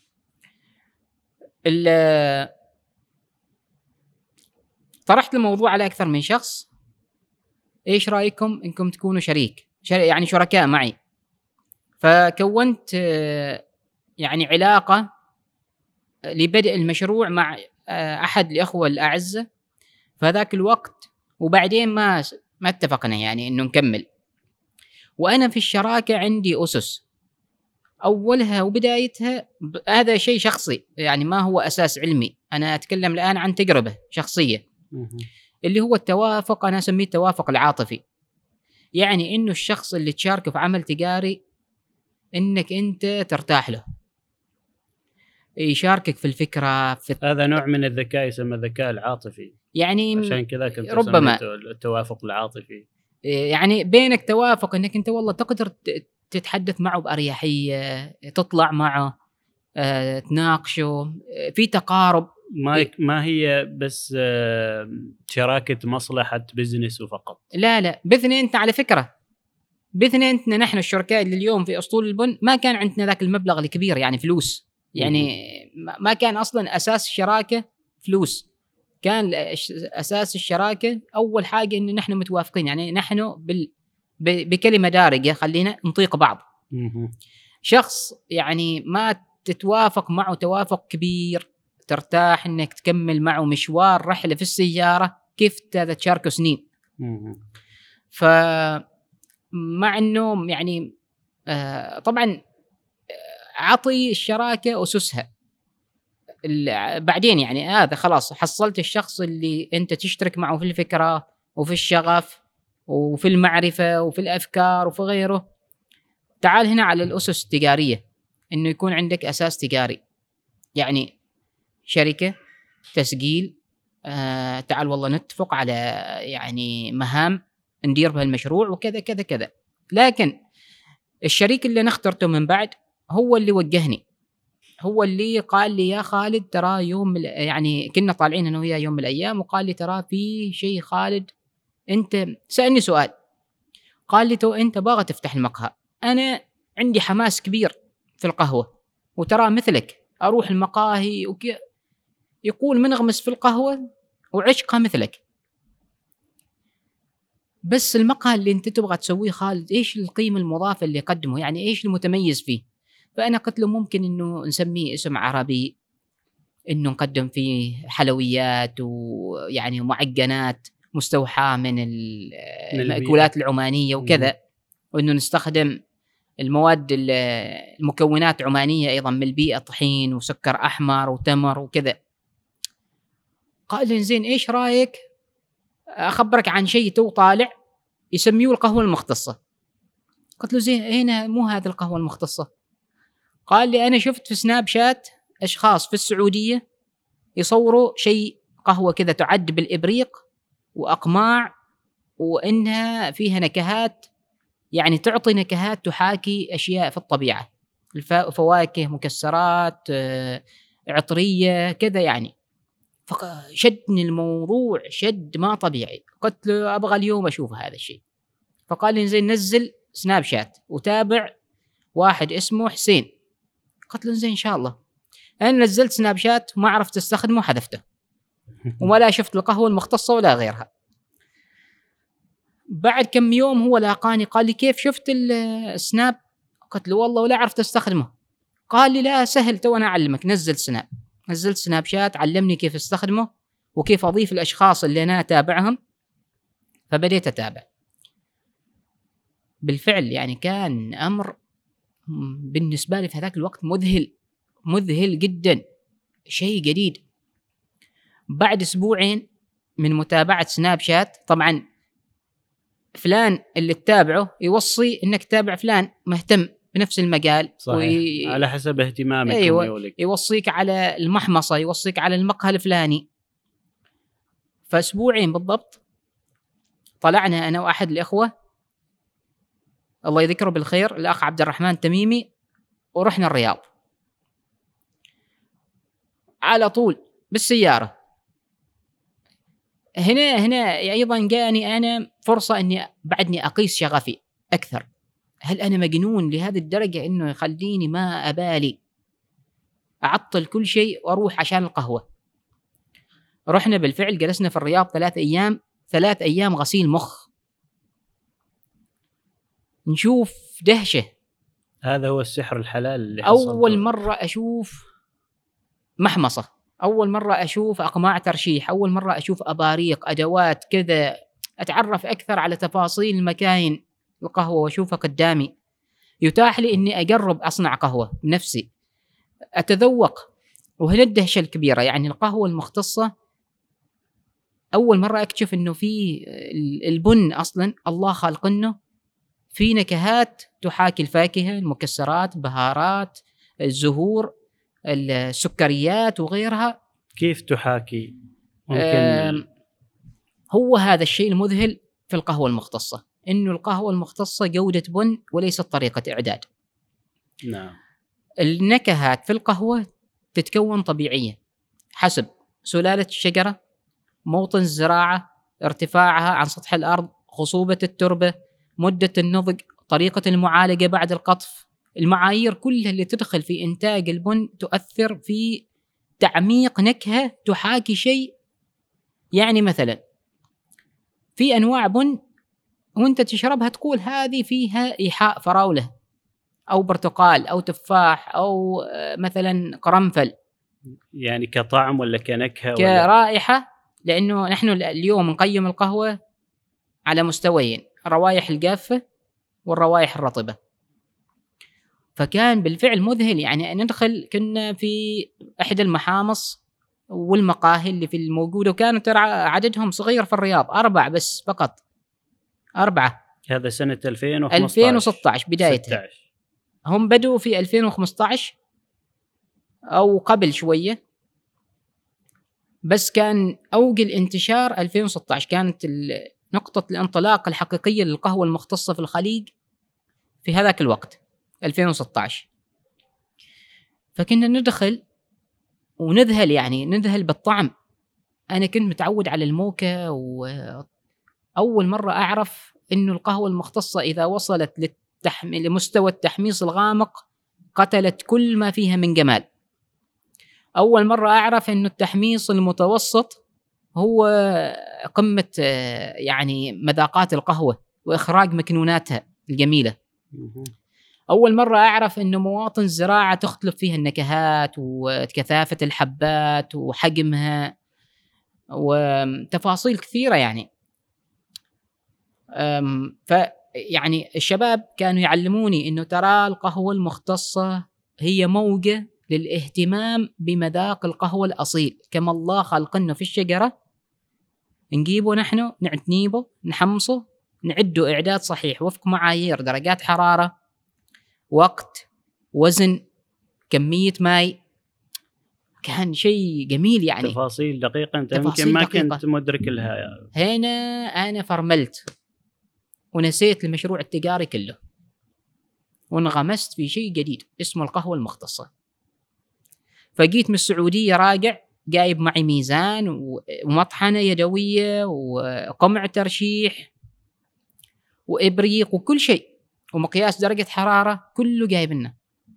Speaker 2: طرحت الموضوع على أكثر من شخص، إيش رأيكم إنكم تكونوا شريك يعني شركاء معي؟ فكونت يعني علاقة لبدء المشروع مع أحد الأخوة الأعزة في ذاك الوقت، وبعدين ما ما اتفقنا يعني إنه نكمل. وأنا في الشراكة عندي أسس، أولها وبدايتها هذا شيء شخصي يعني ما هو أساس علمي، أنا أتكلم الآن عن تجربة شخصية اللي هو التوافق. أنا أسميه التوافق العاطفي، يعني إنه الشخص اللي تشاركه في عمل تجاري إنك أنت ترتاح له، يشاركك في الفكرة في
Speaker 1: هذا نوع من الذكاء يسمى الذكاء العاطفي،
Speaker 2: يعني
Speaker 1: عشان كذا كنت
Speaker 2: ربما
Speaker 1: التوافق العاطفي
Speaker 2: يعني بينك توافق إنك أنت والله تقدر تتحدث معه بأريحية، تطلع معه أه، تناقشه في تقارب.
Speaker 1: ما ما هي بس شراكة مصلحة بزنس وفقط،
Speaker 2: لا لا بثني أنت على فكرة بثني أنت نحن الشركاء اللي اليوم في أسطول البن ما كان عندنا ذاك المبلغ الكبير يعني فلوس، يعني ما كان أصلا أساس الشراكة فلوس، كان أساس الشراكة أول حاجة إن نحن متوافقين، يعني نحن بال بكلمة دارجة خلينا نطيق بعض. شخص يعني ما تتوافق معه توافق كبير ترتاح انك تكمل معه مشوار رحلة في السيارة كيف تشاركه سنين. فمع انه يعني آه طبعا عطي الشراكة أسسها، بعدين يعني هذا خلاص حصلت الشخص اللي انت تشترك معه في الفكرة وفي الشغف وفي المعرفة وفي الأفكار وفي غيره. تعال هنا على الأسس التجارية، إنه يكون عندك أساس تجاري، يعني شركة تسجيل، آه تعال والله نتفق على يعني مهام ندير بها المشروع وكذا كذا كذا. لكن الشريك اللي نخترته من بعد هو اللي وجهني، هو اللي قال لي يا خالد ترى يوم يعني كنا طالعين أنا وياه يوم من الأيام وقال لي ترى في شيء خالد، أنت سألني سؤال قال لي تو أنت باغى تفتح المقهى، أنا عندي حماس كبير في القهوة وترى مثلك أروح المقاهي وكي يقول منغمس في القهوة وعشقها مثلك، بس المقهى اللي أنت تبغى تسويه خالد إيش القيمة المضافة اللي يقدمه، يعني إيش المتميز فيه؟ فأنا قلت له ممكن إنه نسميه اسم عربي، إنه نقدم فيه حلويات ويعني معجنات مستوحاة من المأكولات العمانية وكذا، وإنه نستخدم المواد المكونات عمانية أيضا من البيئة، طحين وسكر أحمر وتمر وكذا. قال لي زين إيش رأيك أخبرك عن شيء تو طالع يسميه القهوة المختصة. قلت له زين هنا مو هذا القهوة المختصة. قال لي أنا شفت في سناب شات أشخاص في السعودية يصوروا شيء قهوة كذا تعد بالإبريق وأقماع، وإنها فيها نكهات يعني تعطي نكهات تحاكي أشياء في الطبيعة، فواكه مكسرات عطرية كذا يعني. فشدني الموضوع شد ما طبيعي، قلت له أبغى اليوم أشوف هذا الشيء. فقال لي زين نزل سناب شات وتابع واحد اسمه حسين. قلت له زين إن شاء الله. أنا نزلت سناب شات ما عرفت استخدمه حذفته ولا شفت القهوة المختصة ولا غيرها. بعد كم يوم هو لاقاني قال لي كيف شفت السناب؟ قلت له والله ولا عرفت استخدمه. قال لي لا سهل تو أنا أعلمك، نزل سناب. نزلت سناب شات علمني كيف استخدمه وكيف أضيف الأشخاص اللي أنا أتابعهم، فبديت أتابع. بالفعل يعني كان أمر بالنسبة لي في هذاك الوقت مذهل مذهل جدا، شيء جديد. بعد أسبوعين من متابعة سناب شات، طبعا فلان اللي تتابعه يوصي إنك تتابع فلان مهتم بنفس المجال،
Speaker 1: وي... على حسب اهتمامك.
Speaker 2: أيوة. يوصيك على المحمصة، يوصيك على المقهى الفلاني. فأسبوعين بالضبط طلعنا أنا وأحد الإخوة الله يذكره بالخير الأخ عبد الرحمن التميمي، ورحنا الرياض على طول بالسيارة. هنا هنا أيضا جاني أنا فرصة أني بعدني أقيس شغفي أكثر، هل أنا مجنون لهذه الدرجة أنه يخليني ما أبالي أعطل كل شيء وأروح عشان القهوة؟ رحنا بالفعل جلسنا في الرياض ثلاث أيام ثلاث أيام غسيل مخ، نشوف دهشة.
Speaker 1: هذا هو السحر الحلال اللي
Speaker 2: أول مرة أشوف محمصة، أول مرة أشوف أقماع ترشيح، أول مرة أشوف أباريق، أدوات كذا، أتعرف أكثر على تفاصيل مكاين القهوة وأشوفها قدامي، يتاح لي إني أجرب أصنع قهوة بنفسي، أتذوق. وهنا الدهشة الكبيرة، يعني القهوة المختصة أول مرة أكتشف إنه في البن أصلاً الله خالقنه في نكهات تحاكي الفاكهة، المكسرات، بهارات، الزهور، السكريات وغيرها.
Speaker 1: كيف تحاكي؟
Speaker 2: ممكن هو هذا الشيء المذهل في القهوة المختصة، إنه القهوة المختصة جودة بن وليست طريقة إعداد.
Speaker 1: نعم.
Speaker 2: النكهات في القهوة تتكون طبيعية حسب سلالة الشجرة، موطن الزراعة، ارتفاعها عن سطح الأرض، خصوبة التربة، مدة النضج، طريقة المعالجة بعد القطف. المعايير كلها اللي تدخل في إنتاج البن تؤثر في تعميق نكهة تحاكي شيء. يعني مثلا في أنواع بن وانت تشربها تقول هذه فيها إيحاء فراولة أو برتقال أو تفاح أو مثلا قرنفل،
Speaker 1: يعني كطعم ولا كنكهة
Speaker 2: كرائحة. لأنه نحن اليوم نقيم القهوة على مستويين، الروائح الجافة والروائح الرطبة. فكان بالفعل مذهل، يعني ندخل كنا في إحدى المحامص والمقاهي اللي في الموجودة، وكانوا ترى عددهم صغير في الرياض، أربع بس فقط، أربعة.
Speaker 1: هذا سنة ألفين
Speaker 2: وستة عشر بدايتها، هم بدوا في ألفين وخمسة عشر أو قبل شوية، بس كان أوج الانتشار ألفين وستة عشر، كانت نقطة الانطلاق الحقيقية للقهوة المختصة في الخليج في هذاك الوقت ألفين وستة عشر. فكنا ندخل ونذهل، يعني نذهل بالطعم. أنا كنت متعود على الموكا، وأول مرة أعرف إنه القهوة المختصة إذا وصلت للتحم... لمستوى التحميص الغامق قتلت كل ما فيها من جمال. أول مرة أعرف إنه التحميص المتوسط هو قمة يعني مذاقات القهوة وإخراج مكنوناتها الجميلة. أول مرة أعرف إنه مواطن الزراعة تختلف فيها النكهات وكثافة الحبات وحجمها وتفاصيل كثيرة. يعني فيعني الشباب كانوا يعلموني إنه ترى القهوة المختصة هي موجة للاهتمام بمذاق القهوة الأصيل، كما الله خلقنا في الشجرة، نجيبه نحن، نعتنيبه، نحمصه، نعده إعداد صحيح وفق معايير درجات حرارة، وقت، وزن، كمية ماء. كان شيء جميل، يعني
Speaker 1: تفاصيل دقيقة أنت يمكن ما كنت مدرك لها. يعني
Speaker 2: هنا أنا فرملت ونسيت المشروع التجاري كله، وانغمست في شيء جديد اسمه القهوة المختصة. فجيت من السعودية راجع جايب معي ميزان ومطحنة يدوية وقمع ترشيح وإبريق وكل شيء ومقياس درجة حرارة، كله جايبنا.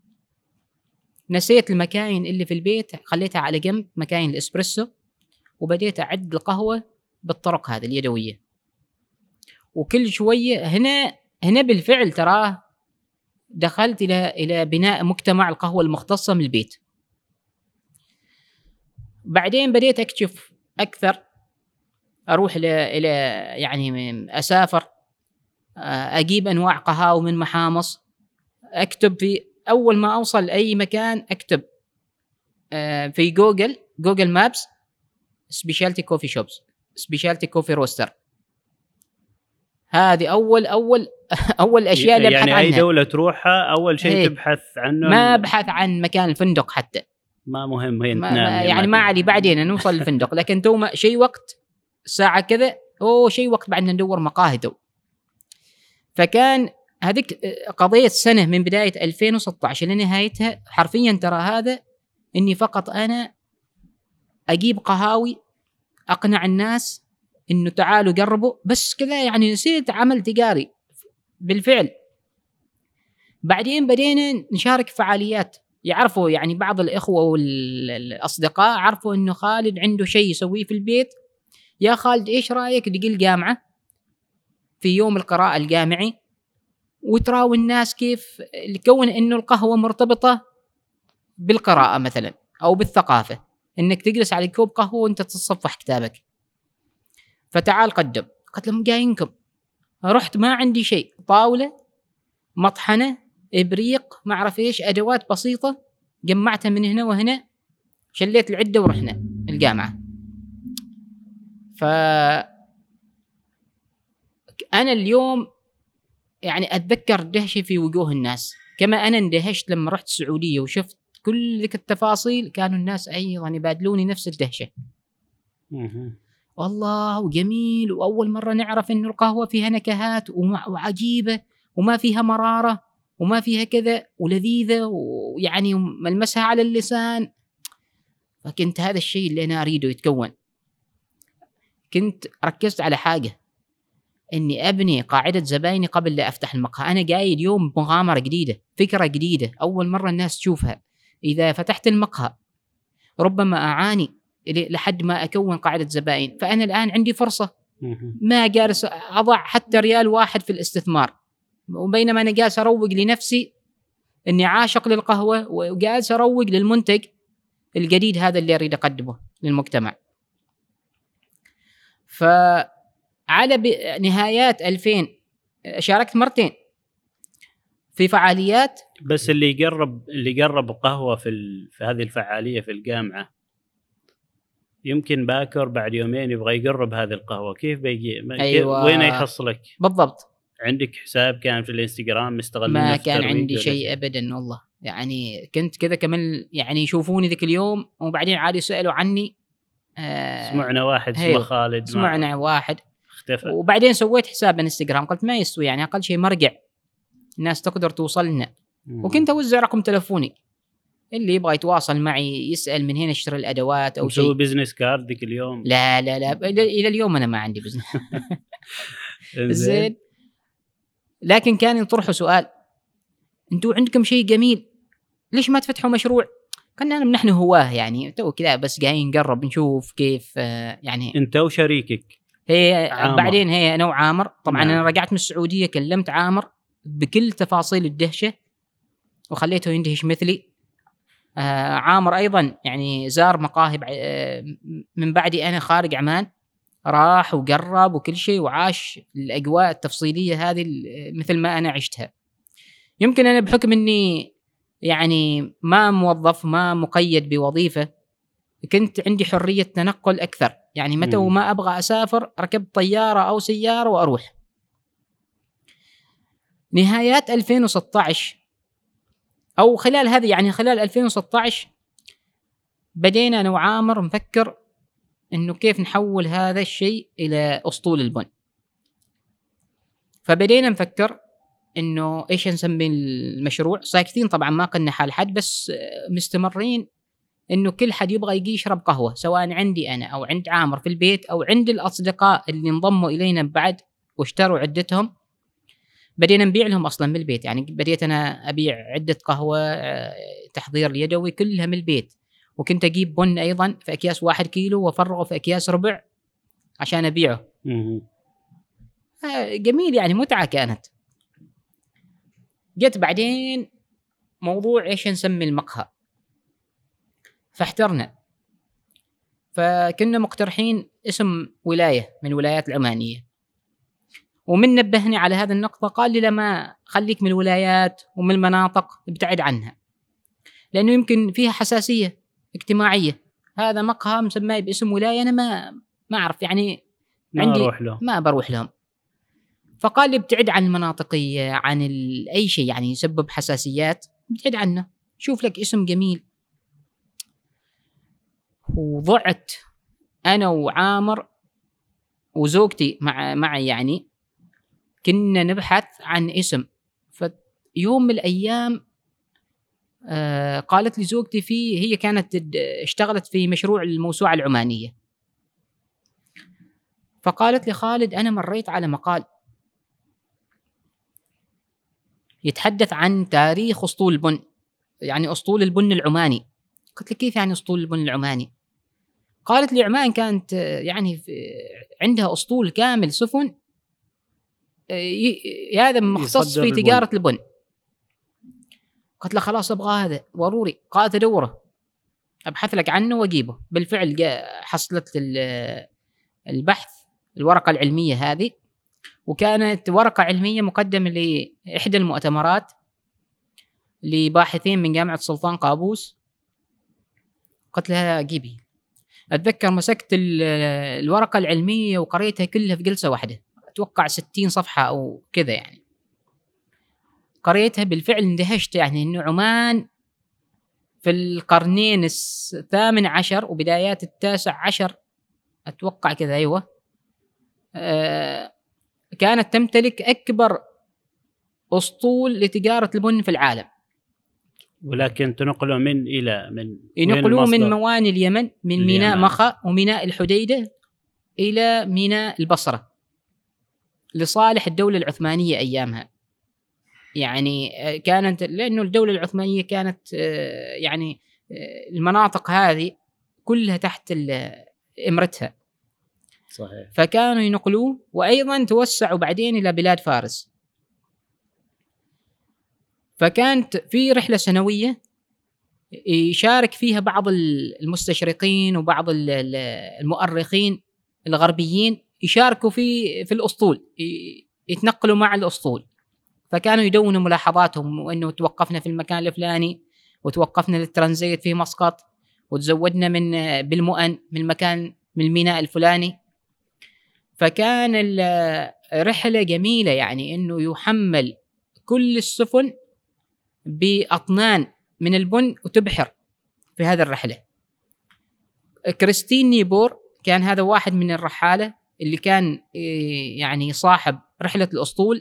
Speaker 2: نسيت المكاين اللي في البيت، خليتها على جنب، مكاين الإسبريسو، وبديت أعد القهوة بالطرق هذه اليدوية. وكل شوية هنا هنا بالفعل تراه دخلت إلى إلى بناء مجتمع القهوة المختصة من البيت. بعدين بديت أكتشف أكثر، أروح إلى إلى يعني أسافر، أجيب أنواع قهاوي من محامص، أكتب في أول ما أوصل أي مكان أكتب في جوجل جوجل مابس سبيشالتي كوفي شوبس، سبيشالتي كوفي روستر. هذه أول أول أول الأشياء اللي أبحث
Speaker 1: يعني
Speaker 2: عنها.
Speaker 1: أي دولة تروحها أول شيء
Speaker 2: هي.
Speaker 1: تبحث عنه،
Speaker 2: ما أبحث عن مكان الفندق حتى،
Speaker 1: ما مهم هي
Speaker 2: ما يعني ما علي، بعدين نوصل للفندق. لكن تو شيء وقت الساعة كذا أوه شيء وقت بعدنا ندور مقاهي تو. فكان هذيك قضية سنة من بداية ألفين وستة عشر لنهايتها حرفيا ترى هذا إني فقط أنا أجيب قهاوي أقنع الناس إنه تعالوا قربوا بس كذا، يعني نسيت عمل تجاري بالفعل. بعدين بدينا نشارك فعاليات، يعرفوا يعني بعض الإخوة والأصدقاء عرفوا إنه خالد عنده شيء يسويه في البيت. يا خالد إيش رأيك تجي الجامعة في يوم القراءة الجامعي وتراوي الناس كيف لكون إنه القهوة مرتبطة بالقراءة مثلا أو بالثقافة، إنك تجلس على كوب قهوة وأنت تتصفح كتابك، فتعال قدم. قلت لهم جايينكم. رحت ما عندي شيء، طاولة مطحنة إبريق ما أعرف إيش أدوات بسيطة، جمعتها من هنا وهنا، شليت العدة ورحنا الجامعة. فأنا اليوم يعني أتذكر دهشة في وجوه الناس، كما أنا اندهشت لما رحت السعودية وشفت كل ذيك التفاصيل، كانوا الناس أيضا يبادلوني نفس الدهشة. والله وجميل، وأول مرة نعرف إنه القهوة فيها نكهات وعجيبة وما فيها مرارة وما فيها كذا ولذيذة ويعني ملمسها على اللسان. فكنت هذا الشيء اللي أنا أريده يتكون. كنت ركزت على حاجة، إني أبني قاعدة زبايني قبل لا أفتح المقهى. أنا جاي اليوم بمغامرة جديدة، فكرة جديدة، أول مرة الناس تشوفها. إذا فتحت المقهى ربما أعاني لحد ما أكون قاعدة زبائن، فأنا الآن عندي فرصة، ما جالس أضع حتى ريال واحد في الاستثمار، وبينما أنا جالس أروج لنفسي إني عاشق للقهوة وجالس أروج للمنتج الجديد هذا اللي أريد أقدمه للمجتمع. فعلى نهايات ألفين شاركت مرتين في فعاليات.
Speaker 1: بس اللي يقرب اللي يقرب قهوة في ال... في هذه الفعالية في الجامعة يمكن باكر بعد يومين يبغى يقرب هذه القهوة، كيف بيجي؟
Speaker 2: أيوة.
Speaker 1: وين يحصلك؟
Speaker 2: بالضبط.
Speaker 1: عندك حساب كان في الانستغرام مستغلين؟
Speaker 2: ما كان عندي شيء أبدا والله، يعني كنت كذا كمان، يعني يشوفوني ذيك اليوم وبعدين عادي يسألوا عني.
Speaker 1: آه سمعنا واحد اسمه خالد،
Speaker 2: سمعنا واحد
Speaker 1: اختفى.
Speaker 2: وبعدين سويت حساب انستغرام، قلت ما يستوي، يعني أقل شيء مرجع الناس تقدر توصلنا. مم. وكنت أوزع رقم تلفوني، اللي يبغى يتواصل معي يسأل من هنا اشتري الأدوات أو شيء.
Speaker 1: مسوي بيزنس كارد ذيك اليوم؟
Speaker 2: لا لا لا إلى اليوم أنا ما عندي بيزنس. زين. لكن كان يطرحوا سؤال، أنتوا عندكم شيء جميل ليش ما تفتحوا مشروع؟ كنا نحن هواه يعني تو كذا بس جايين نقرب نشوف كيف يعني.
Speaker 1: أنت وشريكك؟
Speaker 2: هي عامر. بعدين هي أنا وعامر طبعا. نعم. أنا رجعت من السعودية كلمت عامر بكل تفاصيل الدهشة وخليته يندهش مثلي. آه عامر أيضا يعني زار مقاهي آه من بعدي أنا خارج عمان، راح وقرب وكل شيء وعاش الأجواء التفصيلية هذه مثل ما أنا عشتها. يمكن أنا بحكم أني يعني ما موظف ما مقيد بوظيفة، كنت عندي حرية تنقل أكثر، يعني متى وما أبغى أسافر ركبت طيارة أو سيارة وأروح. نهايات ألفين وستة عشر أو خلال هذه يعني خلال ألفين وستة عشر بدينا أنا وعامر نفكر إنه كيف نحول هذا الشيء إلى أسطول البن. فبدينا نفكر إنه إيش نسمي المشروع. ساكتين طبعا ما قلنا حال حد، بس مستمرين إنه كل حد يبغى يجي يشرب قهوة، سواء عندي أنا أو عند عامر في البيت أو عند الأصدقاء اللي انضموا إلينا بعد واشتروا عدتهم. بدينا نبيع لهم أصلا من البيت، يعني بديت أنا أبيع عدة قهوة تحضير اليدوي كلها من البيت، وكنت أجيب بن أيضا في أكياس واحد كيلو وأفرغه في أكياس ربع عشان أبيعه. جميل يعني متعة كانت. جت بعدين موضوع إيش نسمي المقهى، فاحترنا، فكنا مقترحين اسم ولاية من ولايات العمانية، ومن نبهني على هذا النقطة قال لي لما خليك من الولايات ومن المناطق ابتعد عنها لأنه يمكن فيها حساسية اجتماعية. هذا مقهى مسمى باسم ولاية أنا ما ما أعرف يعني
Speaker 1: ما
Speaker 2: عندي
Speaker 1: أروح لهم.
Speaker 2: ما بروح لهم. فقال لي ابتعد عن المناطقية، عن أي شيء يعني يسبب حساسيات ابتعد عنه، شوف لك اسم جميل. وضعت أنا وعامر وزوجتي مع معي يعني كنا نبحث عن اسم. فيوم من الأيام آه قالت لي زوجتي، في هي كانت اشتغلت في مشروع الموسوعة العمانية، فقالت لي خالد أنا مريت على مقال يتحدث عن تاريخ أسطول البن، يعني أسطول البن العماني. قلت لي كيف يعني أسطول البن العماني؟ قالت لي عمان كانت يعني عندها أسطول كامل سفن هذا مختص في تجارة البن. قلت له خلاص أبغى هذا ضروري. قالت أدوره أبحث لك عنه وأجيبه. بالفعل حصلت البحث الورقة العلمية هذه، وكانت ورقة علمية مقدمة لإحدى المؤتمرات لباحثين من جامعة سلطان قابوس. قلت لها جيبي. أتذكر مسكت الورقة العلمية وقريتها كلها في جلسة واحدة، أتوقع ستين صفحة أو كذا يعني. قريتها بالفعل اندهشت، يعني إنه عمان في القرنين الثامن عشر وبدايات التاسع عشر أتوقع كذا، أيوة، آه كانت تمتلك أكبر أسطول لتجارة البن في العالم.
Speaker 1: ولكن تنقلوا من إلى من
Speaker 2: ينقلوا من مواني اليمن، من ميناء مخا وميناء الحديدة إلى ميناء البصرة لصالح الدولة العثمانية أيامها. يعني كانت لأنه الدولة العثمانية كانت يعني المناطق هذه كلها تحت إمرتها.
Speaker 1: صحيح.
Speaker 2: فكانوا ينقلوه، وأيضا توسعوا بعدين إلى بلاد فارس. فكانت في رحلة سنوية يشارك فيها بعض المستشرقين وبعض المؤرخين الغربيين، يشاركوا في في الأسطول، يتنقلوا مع الأسطول. فكانوا يدونوا ملاحظاتهم، وإنه توقفنا في المكان الفلاني، وتوقفنا للترانزيت في مسقط، وتزودنا من بالمؤن من المكان من الميناء الفلاني. فكان الرحلة جميلة، يعني إنه يحمل كل السفن بأطنان من البن وتبحر في هذا الرحلة. كريستين نيبور كان هذا واحد من الرحالة اللي كان يعني صاحب رحلة الأسطول.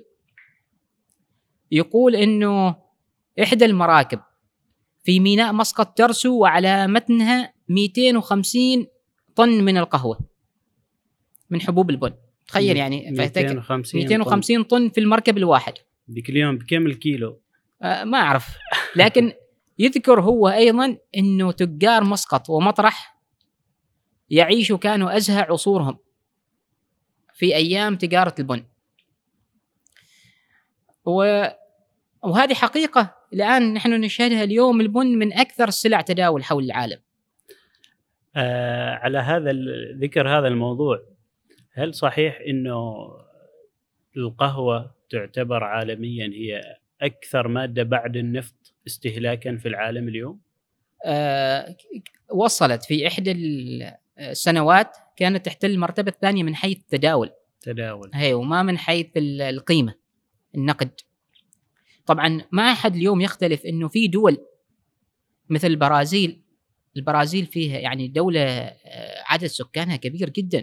Speaker 2: يقول إنه إحدى المراكب في ميناء مسقط ترسو وعلى متنها مئتين وخمسين طن من القهوة، من حبوب البن. تخيل يعني
Speaker 1: مئتين وخمسين,
Speaker 2: مئتين وخمسين طن في المركب الواحد.
Speaker 1: بكل يوم بكم الكيلو؟
Speaker 2: آه ما أعرف، لكن يذكر هو أيضا إنه تجار مسقط ومطرح يعيشوا كانوا أزهى عصورهم في أيام تجارة البن. وهذه حقيقة الآن نحن نشهدها اليوم. البن من أكثر السلع تداول حول العالم.
Speaker 1: آه على هذا ذكر هذا الموضوع، هل صحيح إنه القهوة تعتبر عالميا هي أكثر مادة بعد النفط استهلاكا في العالم اليوم؟
Speaker 2: آه وصلت في إحدى السنوات كانت تحتل المرتبة الثانية من حيث التداول
Speaker 1: تداول
Speaker 2: هي، وما من حيث القيمة النقد. طبعا ما أحد اليوم يختلف إنه في دول مثل البرازيل. البرازيل فيها يعني دولة عدد سكانها كبير جدا،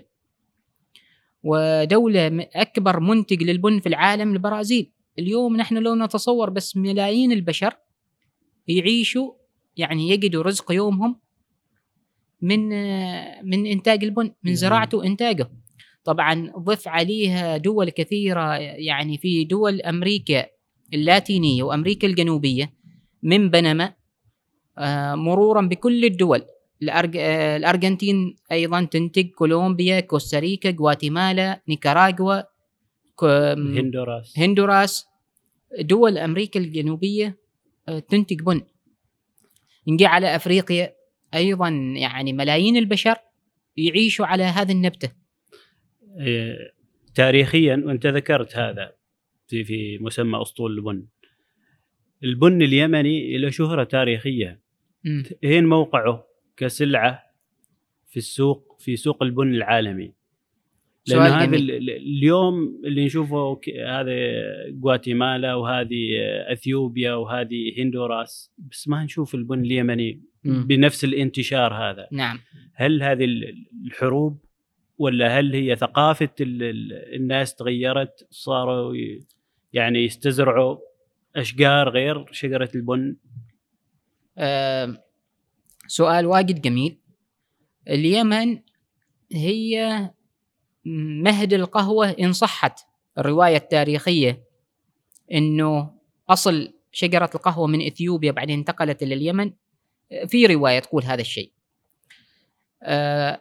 Speaker 2: ودولة أكبر منتج للبن في العالم البرازيل. اليوم نحن لو نتصور بس ملايين البشر يعيشوا يعني يجدوا رزق يومهم من من إنتاج البن، من زراعته وإنتاجه. طبعا ضف عليها دول كثيرة، يعني في دول أمريكا اللاتينية وأمريكا الجنوبية من بنما آه مرورا بكل الدول. الأرج... آه الأرجنتين أيضا تنتج، كولومبيا، كوستاريكا، غواتيمالا، نيكاراغوا، ك...
Speaker 1: هندوراس
Speaker 2: هندوراس دول أمريكا الجنوبية آه تنتج بن. نجي على أفريقيا أيضا، يعني ملايين البشر يعيشوا على هذا النبتة.
Speaker 1: إيه تاريخيا، وأنت ذكرت هذا في في مسمى أسطول البن. البن اليمني له شهرة تاريخية. هين موقعه كسلعة في السوق، في سوق البن العالمي. لأن هذا اليوم اللي نشوفه هذا غواتيمالا وهذه أثيوبيا وهذه هندوراس، بس ما نشوف البن اليمني م. بنفس الانتشار هذا.
Speaker 2: نعم.
Speaker 1: هل هذه الحروب ولا هل هي ثقافة الناس تغيرت، صاروا يعني يستزرعوا أشجار غير شجرة البن؟
Speaker 2: أه سؤال واجد جميل. اليمن هي مهد القهوة إن صحت الرواية التاريخية إنه أصل شجرة القهوة من إثيوبيا بعدين انتقلت إلى اليمن. في رواية تقول هذا الشيء. أه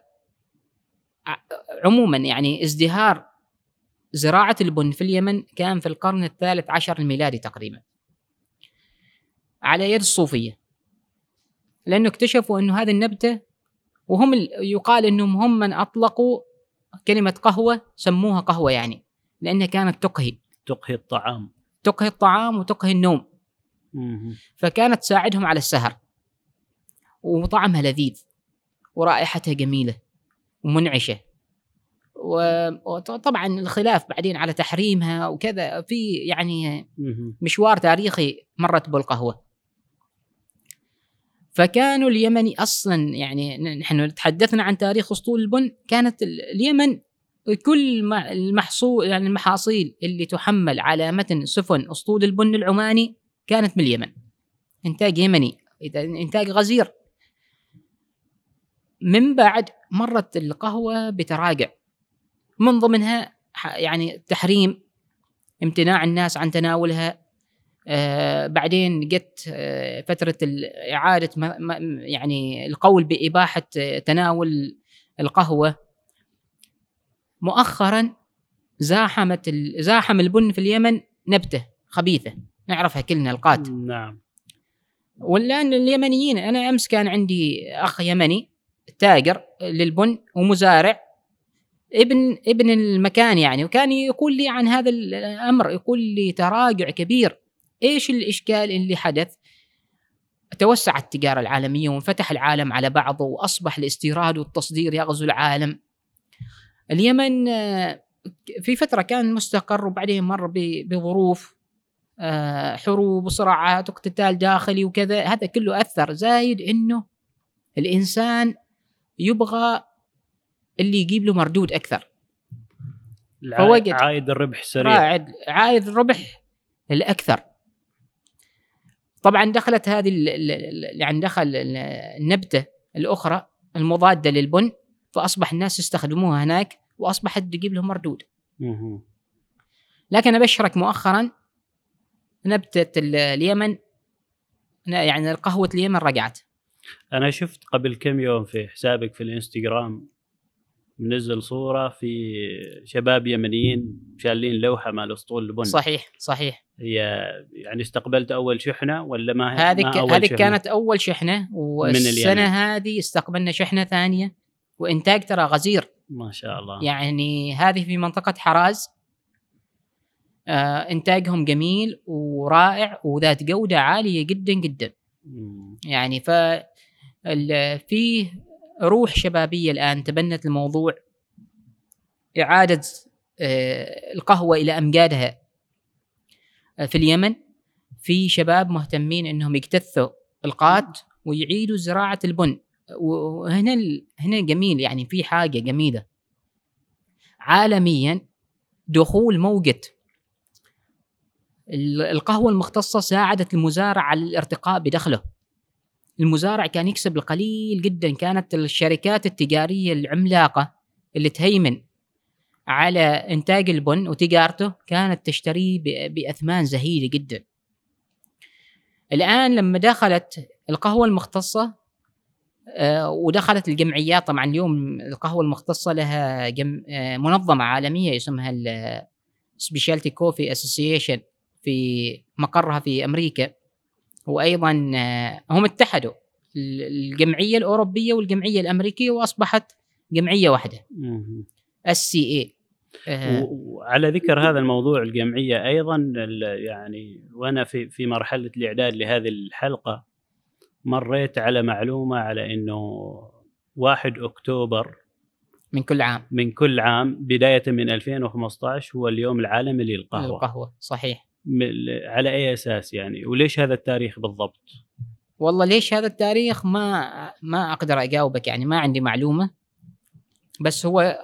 Speaker 2: عموما يعني ازدهار زراعة البن في اليمن كان في القرن الثالث عشر الميلادي تقريبا على يد الصوفية، لأنه اكتشفوا أنه هذه النبتة، وهم يقال أنهم هم من أطلقوا كلمة قهوة، سموها قهوة يعني لأنها كانت تقهي
Speaker 1: تقهي الطعام
Speaker 2: تقهي الطعام وتقهي النوم.
Speaker 1: مم.
Speaker 2: فكانت تساعدهم على السهر، وطعمها لذيذ ورائحتها جميلة ومنعشة. وطبعا الخلاف بعدين على تحريمها وكذا، في يعني مشوار تاريخي مرت بالقهوة. فكانوا اليمني أصلا يعني نحن تحدثنا عن تاريخ أسطول البن، كانت اليمن كل المحصول يعني المحاصيل اللي تحمل على متن سفن أسطول البن العماني كانت من اليمن، إنتاج يمني، إنتاج غزير. من بعد مرت القهوة بتراجع، من ضمنها يعني تحريم، امتناع الناس عن تناولها. آه بعدين جت آه فترة إعادة يعني القول بإباحة آه تناول القهوة. مؤخرا زاحمت زاحم البن في اليمن نبتة خبيثة نعرفها كلنا، القات.
Speaker 1: نعم.
Speaker 2: والآن اليمنيين، أنا أمس كان عندي أخ يمني تاجر للبن ومزارع، ابن ابن المكان يعني، وكان يقول لي عن هذا الأمر، يقول لي تراجع كبير. إيش الإشكال اللي حدث؟ توسعت التجارة العالمية وانفتح العالم على بعضه، وأصبح الاستيراد والتصدير يغزو العالم. اليمن في فترة كان مستقر، وبعدين مر بظروف حروب وصراعات واقتتال داخلي وكذا، هذا كله أثر. زايد إنه الإنسان يبغى اللي يجيب له مردود أكثر،
Speaker 1: فوجد عائد الربح سريع،
Speaker 2: عائد عائد الربح الأكثر. طبعا دخلت هذه يعني دخل النبتة الأخرى المضادة للبن، فأصبح الناس يستخدموها هناك، وأصبحت تجيب لهم مردود. لكن أبشرك مؤخرا نبتة اليمن يعني قهوة اليمن رجعت.
Speaker 1: أنا شفت قبل كم يوم في حسابك في الإنستغرام منزل صورة في شباب يمنيين شالين لوحة مع الأسطول البن.
Speaker 2: صحيح صحيح.
Speaker 1: هي يعني استقبلت أول شحنة ولا ما
Speaker 2: هذه هذه كانت أول شحنة، والسنة هذه استقبلنا شحنة ثانية، وإنتاج ترى غزير
Speaker 1: ما شاء الله.
Speaker 2: يعني هذه في منطقة حراز، آه إنتاجهم جميل ورائع وذات جودة عالية جدا جدا. م. يعني ف فيه روح شبابية الآن تبنت الموضوع، إعادة آه القهوة إلى أمجادها آه في اليمن. في شباب مهتمين إنهم يكتثوا القات ويعيدوا زراعة البن. وهنا هنا جميل، يعني في حاجة جميلة عالميا، دخول موجة القهوة المختصة ساعدت المزارع على الارتقاء بدخله. المزارع كان يكسب القليل جدا، كانت الشركات التجارية العملاقة اللي تهيمن على إنتاج البن وتجارته كانت تشتريه بأثمان زهيدة جدا. الآن لما دخلت القهوة المختصة آه ودخلت الجمعيات، طبعا اليوم القهوة المختصة لها جم... آه منظمة عالمية اسمها ال Specialty Coffee Association في مقرها في أمريكا، وأيضا آه هم اتحدوا الجمعية الأوروبية والجمعية الأمريكية وأصبحت جمعية واحدة إس سي إيه.
Speaker 1: آه وعلى ذكر هذا الموضوع الجمعية أيضا، يعني وأنا في في مرحلة الإعداد لهذه الحلقة مريت على معلومة على إنه واحد أكتوبر
Speaker 2: من كل عام
Speaker 1: من كل عام بداية من ألفين وخمسة عشر هو اليوم العالمي للقهوة.
Speaker 2: القهوة صحيح.
Speaker 1: على أي أساس يعني، وليش هذا التاريخ بالضبط؟
Speaker 2: والله ليش هذا التاريخ ما ما أقدر أجاوبك، يعني ما عندي معلومة، بس هو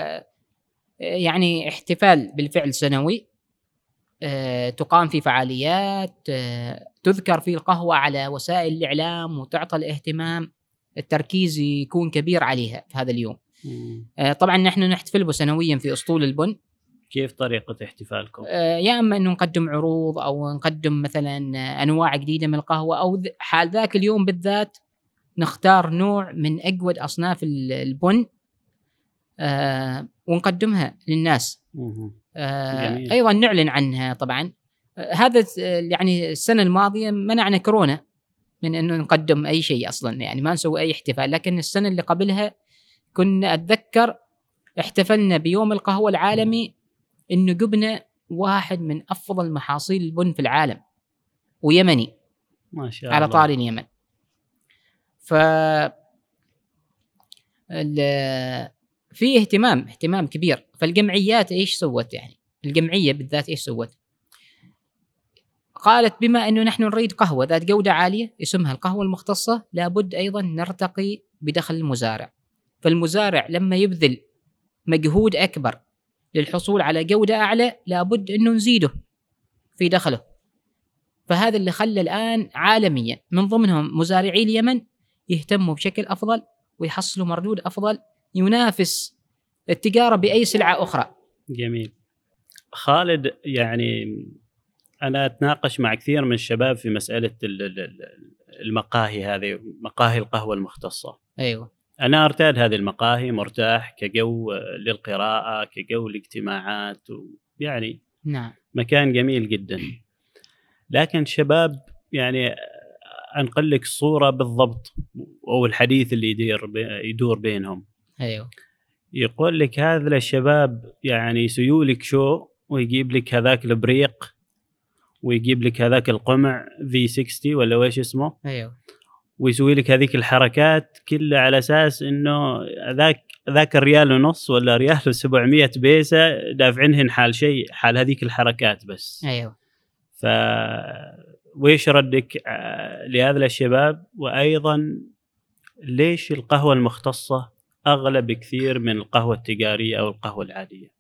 Speaker 2: يعني احتفال بالفعل سنوي، تقام في فعاليات، تذكر في القهوة على وسائل الإعلام وتعطى الاهتمام، التركيز يكون كبير عليها في هذا اليوم. مم. طبعا نحن نحتفل سنويا في أسطول البن.
Speaker 1: كيف طريقة احتفالكم؟
Speaker 2: يا أما أنه نقدم عروض أو نقدم مثلا أنواع جديدة من القهوة، أو حال ذاك اليوم بالذات نختار نوع من أجود أصناف البن ونقدمها للناس. آه أيضا نعلن عنها طبعا. آه هذا يعني السنة الماضية منعنا كورونا من أنه نقدم أي شيء أصلا، يعني ما نسوي أي احتفال. لكن السنة اللي قبلها كنا أتذكر احتفلنا بيوم القهوة العالمي، إنه جبنا واحد من أفضل محاصيل البن في العالم ويمني
Speaker 1: ما شاء
Speaker 2: على
Speaker 1: الله.
Speaker 2: طاري اليمن. ف في اهتمام اهتمام كبير. فالجمعيات ايش سوت؟ يعني الجمعيه بالذات ايش سوت؟ قالت بما انه نحن نريد قهوه ذات جوده عاليه اسمها القهوه المختصه، لابد ايضا نرتقي بدخل المزارع. فالمزارع لما يبذل مجهود اكبر للحصول على جوده اعلى، لابد انه نزيده في دخله. فهذا اللي خلى الان عالميا من ضمنهم مزارعي اليمن يهتموا بشكل افضل ويحصلوا مردود افضل ينافس التجارة بأي سلعة أخرى.
Speaker 1: جميل. خالد، يعني أنا أتناقش مع كثير من الشباب في مسألة المقاهي هذه، مقاهي القهوة المختصة.
Speaker 2: أيوة.
Speaker 1: أنا أرتاد هذه المقاهي، مرتاح كجو للقراءة، كجو الاجتماعات، يعني
Speaker 2: نعم
Speaker 1: مكان جميل جدا. لكن شباب يعني أنقل لك الصورة بالضبط، أو الحديث اللي يدير يدور بينهم.
Speaker 2: أيوة.
Speaker 1: يقول لك هذا الشباب يعني يسوي لك شو، ويجيب لك هذاك البريق، ويجيب لك هذاك القمع في ستين ولا ويش اسمه.
Speaker 2: أيوة.
Speaker 1: ويسوي لك هذيك الحركات كلها على أساس إنه ذاك ذاك الريال ونص ولا ريال وسبعمية بيسة دافعنهن حال شيء، حال هذيك الحركات بس.
Speaker 2: أيوة.
Speaker 1: ف ويش ردك لهذا الشباب؟ وأيضا ليش القهوة المختصة أغلى بكثير من القهوة التجارية أو القهوة العادية؟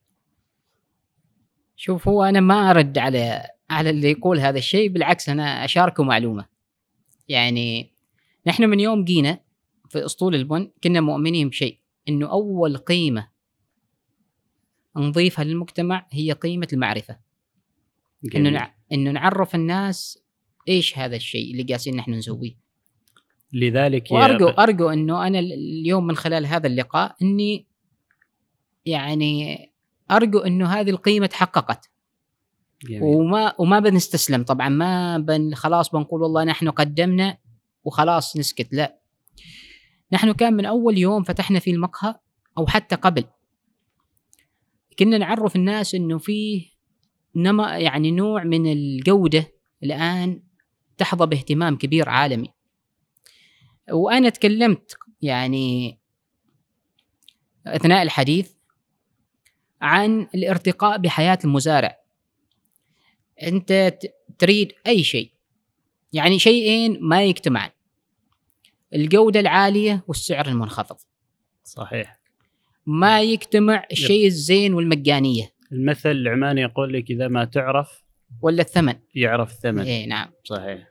Speaker 2: شوف، هو أنا ما أرد على على اللي يقول هذا الشيء، بالعكس أنا أشاركه معلومة. يعني نحن من يوم جينا في أسطول البن كنا مؤمنين بشيء، إنه أول قيمة نضيفها للمجتمع هي قيمة المعرفة. إنه نع... إنه نعرف الناس إيش هذا الشيء اللي قاسين نحن نسويه.
Speaker 1: لذلك
Speaker 2: وأرجو أرجو إنه أنا اليوم من خلال هذا اللقاء إني يعني أرجو إنه هذه القيمة تحققت. جميل. وما وما بنستسلم طبعا، ما بن خلاص بنقول والله نحن قدمنا وخلاص نسكت. لا، نحن كان من أول يوم فتحنا في المقهى أو حتى قبل كنا نعرف الناس إنه فيه نما يعني نوع من الجودة الآن تحظى باهتمام كبير عالمي. وأنا تكلمت يعني أثناء الحديث عن الارتقاء بحياة المزارع. أنت تريد أي شيء، يعني شيئين ما يجتمعان: الجودة العالية والسعر المنخفض.
Speaker 1: صحيح.
Speaker 2: ما يجتمع الشيء الزين والمجانية.
Speaker 1: المثل العماني يقول لك إذا ما تعرف
Speaker 2: ولا الثمن
Speaker 1: يعرف الثمن.
Speaker 2: إيه نعم
Speaker 1: صحيح.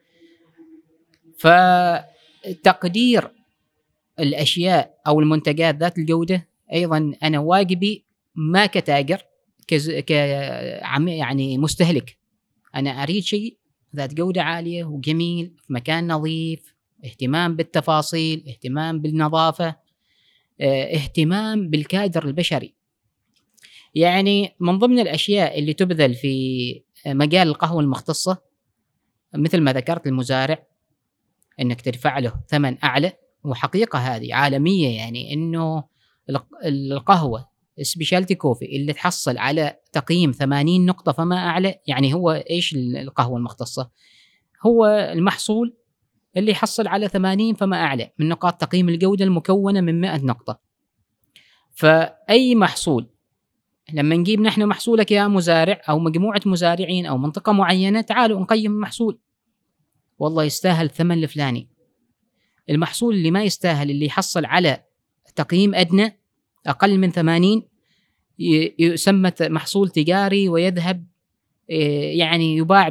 Speaker 2: فتقدير الأشياء أو المنتجات ذات الجودة أيضا أنا واجبي، ما كتاجر كز... ك يعني مستهلك. أنا أريد شيء ذات جودة عالية وجميل في مكان نظيف، اهتمام بالتفاصيل، اهتمام بالنظافة، اهتمام بالكادر البشري. يعني من ضمن الأشياء اللي تبذل في مجال القهوة المختصة مثل ما ذكرت المزارع، أنك تدفع له ثمن أعلى. وحقيقة هذه عالمية، يعني أنه القهوة سبيشالتي كوفي اللي تحصل على تقييم ثمانين نقطة فما أعلى، يعني هو إيش القهوة المختصة؟ هو المحصول اللي يحصل على ثمانين فما أعلى من نقاط تقييم الجودة المكونة من مئة نقطة. فأي محصول لما نجيب نحن محصولك يا مزارع أو مجموعة مزارعين أو منطقة معينة، تعالوا نقيم المحصول، والله يستاهل ثمن الفلاني. المحصول اللي ما يستاهل، اللي يحصل على تقييم أدنى أقل من ثمانين يسمى محصول تجاري ويذهب يعني يباع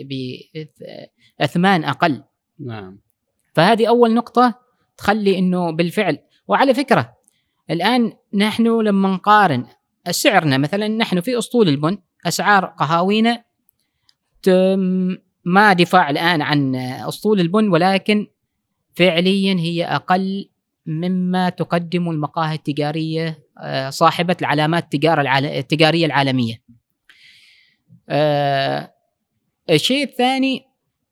Speaker 2: بأثمان أقل.
Speaker 1: نعم.
Speaker 2: فهذه أول نقطة تخلي إنه بالفعل. وعلى فكرة الآن نحن لما نقارن سعرنا مثلا، نحن في أسطول البن أسعار قهاوينا ما دفاع الآن عن أسطول البن، ولكن فعليا هي أقل مما تقدم المقاهي التجارية صاحبة العلامات التجارية العالمية. الشيء الثاني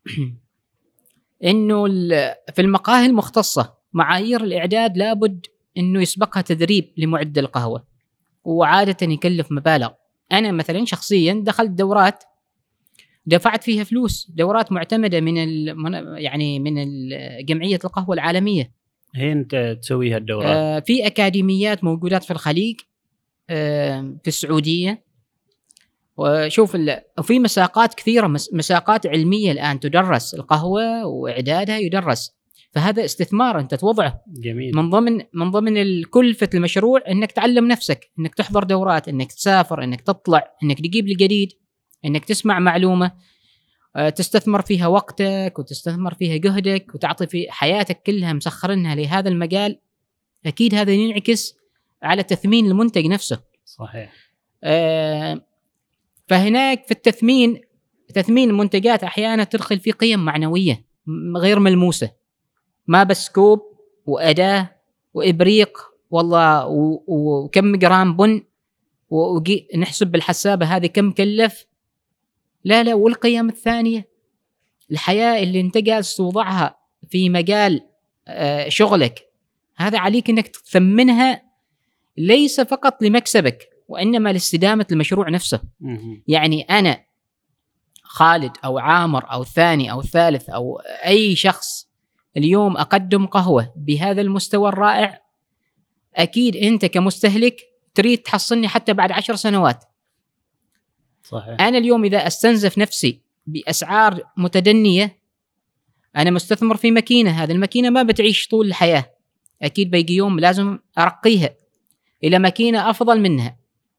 Speaker 2: إنه في المقاهي المختصة معايير الإعداد لابد إنه يسبقها تدريب لمعد القهوة، وعادة يكلف مبالغ. أنا مثلا شخصيا دخلت دورات دفعت فيها فلوس، دورات معتمدة من يعني من جمعية القهوة العالمية.
Speaker 1: هي أنت تسويها الدورات؟
Speaker 2: آه في أكاديميات موجودات في الخليج، آه في السعودية، وشوف وفي مساقات كثيرة، مساقات علمية الآن تدرس القهوة وإعدادها يدرس، فهذا استثمار أنت توضعه.
Speaker 1: جميل.
Speaker 2: من ضمن من ضمن الكلفة المشروع إنك تعلم نفسك، إنك تحضر دورات، إنك تسافر، إنك تطلع، إنك تجيب الجديد، إنك تسمع معلومة تستثمر فيها وقتك وتستثمر فيها جهدك وتعطي في حياتك كلها مسخرنها لهذا المجال. أكيد هذا ينعكس على تثمين المنتج نفسه.
Speaker 1: صحيح.
Speaker 2: آه فهناك في التثمين تثمين المنتجات أحيانا تدخل في قيم معنوية غير ملموسة، ما بس كوب وأداة وإبريق والله وكم جرام بن ونحسب بالحسابة هذه كم كلف. لا لا والقيم الثانية، الحياة اللي انت جالس توضعها في مجال شغلك، هذا عليك انك تثمنها ليس فقط لمكسبك وإنما لاستدامة المشروع نفسه. يعني أنا خالد أو عامر أو ثاني أو ثالث أو أي شخص اليوم أقدم قهوة بهذا المستوى الرائع، أكيد أنت كمستهلك تريد تحصلني حتى بعد عشر سنوات.
Speaker 1: صحيح.
Speaker 2: أنا اليوم إذا أستنزف نفسي بأسعار متدنية، أنا مستثمر في ماكينة، هذه الماكينة ما بتعيش طول الحياة، أكيد بيجي يوم لازم أرقيها إلى ماكينة أفضل منها.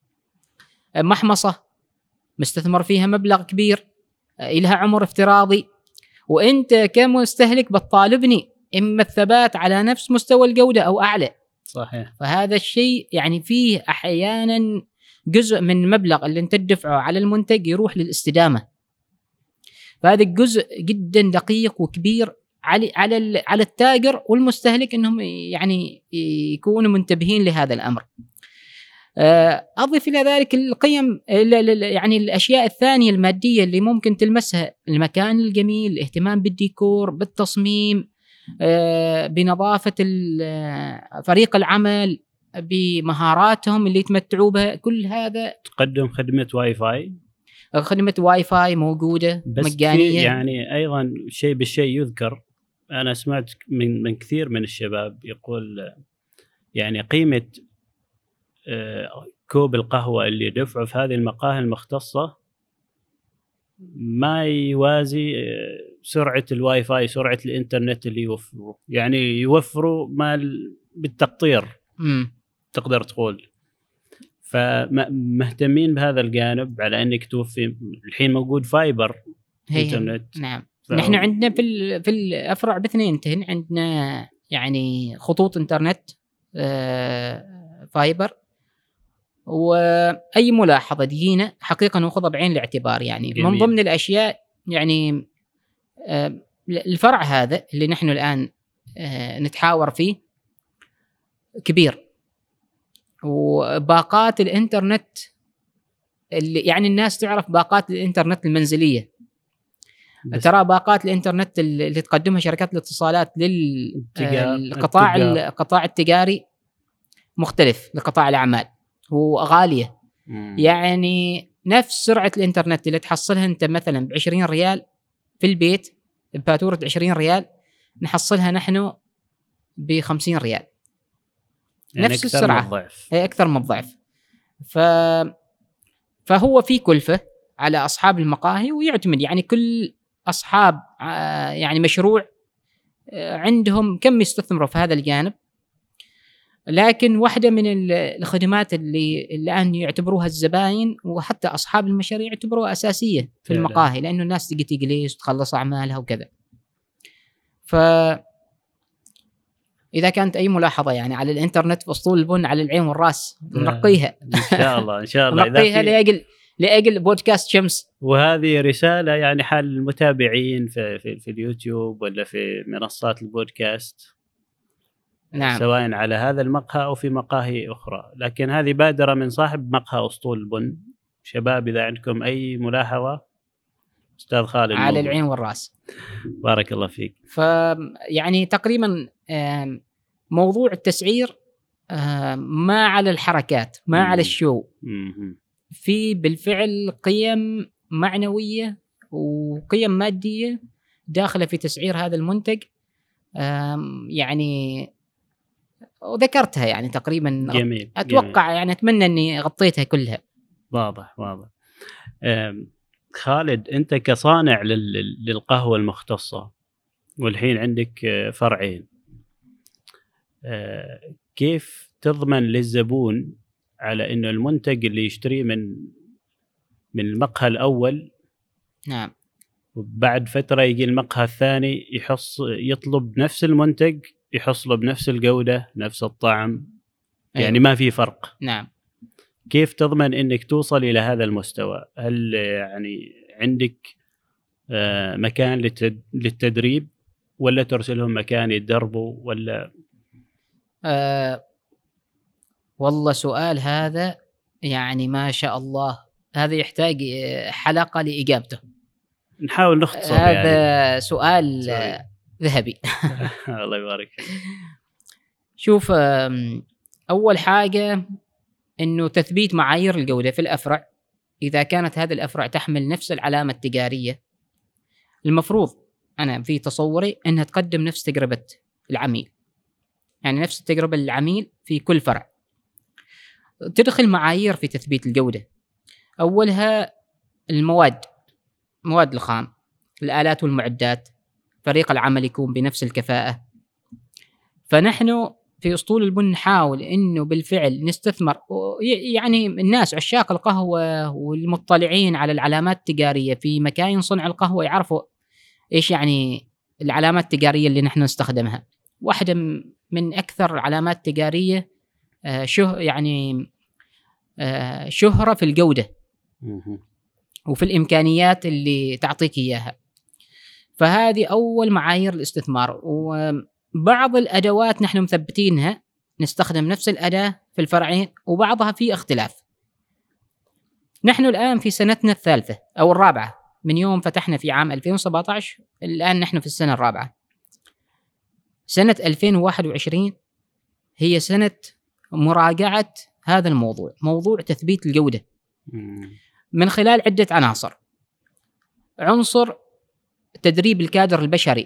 Speaker 2: محمصة مستثمر فيها مبلغ كبير، إلها عمر افتراضي، وأنت كمستهلك بتطالبني إما الثبات على نفس مستوى الجودة أو أعلى.
Speaker 1: صحيح.
Speaker 2: فهذا الشيء يعني فيه أحيانا جزء من مبلغ اللي انت تدفعه على المنتج يروح للاستدامة، فهذا الجزء جدا دقيق وكبير على على على التاجر والمستهلك انهم يعني يكونوا منتبهين لهذا الامر. اضيف الى ذلك القيم يعني الاشياء الثانيه الماديه اللي ممكن تلمسها، المكان الجميل، الاهتمام بالديكور، بالتصميم، بنظافه فريق العمل، بمهاراتهم اللي يتمتعوا بها، كل هذا.
Speaker 1: تقدم خدمة واي فاي؟
Speaker 2: خدمة واي فاي موجودة مجانية.
Speaker 1: يعني أيضا شيء بالشيء يذكر، أنا سمعت من من كثير من الشباب يقول يعني قيمة كوب القهوة اللي دفعه في هذه المقاهي المختصة ما يوازي سرعة الواي فاي، سرعة الإنترنت اللي يوفروا، يعني يوفروا مال بالتقطير.
Speaker 2: م.
Speaker 1: تقدر تقول. فمهتمين بهذا الجانب على انك توفي. الحين موجود فايبر انترنت.
Speaker 2: نعم. ف... نحن عندنا في في الافرع باثنين تهن، عندنا يعني خطوط انترنت آه فايبر، واي ملاحظه تجينا حقيقه ناخذها بعين الاعتبار. يعني جميل. من ضمن الاشياء يعني آه الفرع هذا اللي نحن الان آه نتحاور فيه كبير، وباقات الانترنت اللي يعني الناس تعرف باقات الانترنت المنزليه، ترى باقات الانترنت اللي تقدمها شركات الاتصالات للقطاع القطاع التجاري مختلف لقطاع الاعمال وغاليه. مم. يعني نفس سرعه الانترنت اللي تحصلها انت مثلا بعشرين ريال في البيت بفاتوره عشرين ريال، نحصلها نحن بخمسين ريال.
Speaker 1: يعني
Speaker 2: نفس
Speaker 1: أكثر
Speaker 2: السرعة،
Speaker 1: من الضعف.
Speaker 2: هي أكثر من الضعف. ف... فهو في كلفة على أصحاب المقاهي، ويعتمد يعني كل أصحاب يعني مشروع عندهم كم يستثمروا في هذا الجانب. لكن واحدة من الخدمات اللي الآن يعتبروها الزباين وحتى أصحاب المشاريع يعتبروها أساسية في المقاهي، لأنه الناس تجي تجلس وتخلص أعمالها وكذا. فإذا كانت أي ملاحظة يعني على الإنترنت في أسطول البن على العين والرأس نرقيها
Speaker 1: إن شاء الله إن شاء الله
Speaker 2: نرقيها لأجل لأجل بودكاست شمس.
Speaker 1: وهذه رسالة يعني حال المتابعين في, في, في اليوتيوب ولا في منصات البودكاست،
Speaker 2: نعم.
Speaker 1: سواء على هذا المقهى أو في مقاهي أخرى، لكن هذه بادرة من صاحب مقهى أسطول البن. شباب إذا عندكم أي ملاحظة أستاذ خالد
Speaker 2: على
Speaker 1: موضوع.
Speaker 2: العين والرأس.
Speaker 1: بارك الله فيك.
Speaker 2: فيعني تقريبا موضوع التسعير ما على الحركات، ما على الشو، في بالفعل قيم معنوية وقيم مادية داخلة في تسعير هذا المنتج. يعني وذكرتها يعني تقريبا
Speaker 1: جميل.
Speaker 2: أتوقع
Speaker 1: جميل.
Speaker 2: يعني أتمنى أني غطيتها كلها.
Speaker 1: واضح واضح. خالد، أنت كصانع للقهوة المختصة والحين عندك فرعين، كيف تضمن للزبون على إنه المنتج اللي يشتريه من من المقهى الأول
Speaker 2: نعم
Speaker 1: وبعد فترة يجي المقهى الثاني يحص يطلب نفس المنتج يحصله بنفس الجودة نفس الطعم؟ يعني
Speaker 2: أيوة.
Speaker 1: ما في فرق.
Speaker 2: نعم.
Speaker 1: كيف تضمن إنك توصل إلى هذا المستوى؟ هل يعني عندك مكان للتدريب ولا ترسلهم مكان يتدربوا ولا؟
Speaker 2: أه والله سؤال هذا يعني ما شاء الله، هذا يحتاج حلقة لإجابته.
Speaker 1: نحاول نختصر.
Speaker 2: هذا
Speaker 1: يعني
Speaker 2: سؤال
Speaker 1: سوري.
Speaker 2: ذهبي.
Speaker 1: الله يبارك.
Speaker 2: شوف، أول حاجة إنه تثبيت معايير الجودة في الأفرع. إذا كانت هذه الأفرع تحمل نفس العلامة التجارية، المفروض أنا في تصوري أنها تقدم نفس تجربة العميل، يعني نفس التجربة للعميل في كل فرع. تدخل معايير في تثبيت الجودة، أولها المواد، مواد الخام، الآلات والمعدات، فريق العمل يكون بنفس الكفاءة. فنحن في أسطول البن نحاول إنه بالفعل نستثمر، يعني الناس عشاق القهوة والمطلعين على العلامات التجارية في مكاين صنع القهوة يعرفوا إيش يعني العلامات التجارية اللي نحن نستخدمها. واحدة من أكثر علامات تجارية شه يعني شهرة في الجودة وفي الإمكانيات اللي تعطيك إياها. فهذه أول معايير الاستثمار. وبعض الأدوات نحن مثبتينها، نستخدم نفس الأداة في الفرعين وبعضها في اختلاف. نحن الآن في سنتنا الثالثة أو الرابعة من يوم فتحنا في عام ألفين وسبعة عشر، الآن نحن في السنة الرابعة. سنة ألفين وواحد وعشرين هي سنة مراجعة هذا الموضوع، موضوع تثبيت الجودة من خلال عدة عناصر. عنصر تدريب الكادر البشري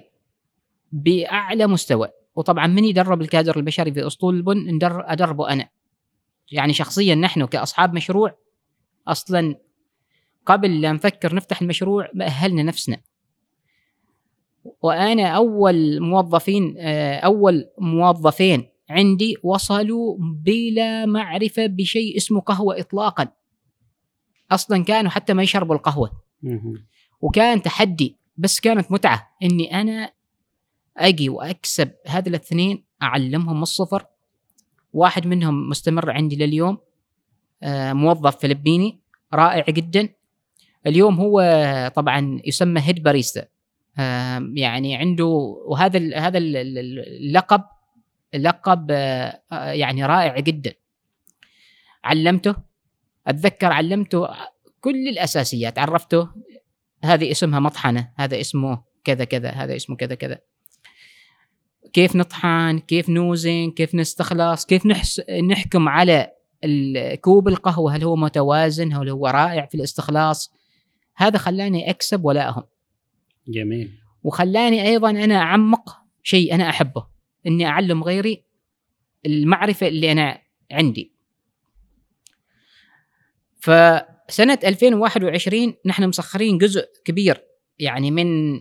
Speaker 2: بأعلى مستوى، وطبعا من يدرب الكادر البشري في أسطول البن أدربه أنا، يعني شخصيا. نحن كأصحاب مشروع أصلا قبل لا نفكر نفتح المشروع مأهلنا نفسنا، وأنا أول موظفين أول موظفين عندي وصلوا بلا معرفة بشيء اسمه قهوة إطلاقا، أصلا كانوا حتى ما يشربوا القهوة. وكان تحدي، بس كانت متعة إني أنا أجي وأكسب هذه الاثنين، أعلمهم الصفر. واحد منهم مستمر عندي لليوم، موظف فلبيني رائع جدا. اليوم هو طبعا يسمى هيد باريستا، يعني عنده، وهذا هذا اللقب لقب يعني رائع جدا. علمته، أتذكر علمته كل الأساسيات، عرفته هذه اسمها مطحنة، هذا اسمه كذا كذا، هذا اسمه كذا كذا، كيف نطحن، كيف نوزن، كيف نستخلص، كيف نحس نحكم على الكوب القهوة هل هو متوازن، هل هو رائع في الاستخلاص. هذا خلاني أكسب ولاءهم.
Speaker 1: جميل. وخلاني
Speaker 2: أيضا أنا أعمق شيء أنا أحبه، إني أعلم غيري المعرفة اللي أنا عندي. فسنة ألفين وواحد وعشرين نحن مسخرين جزء كبير يعني من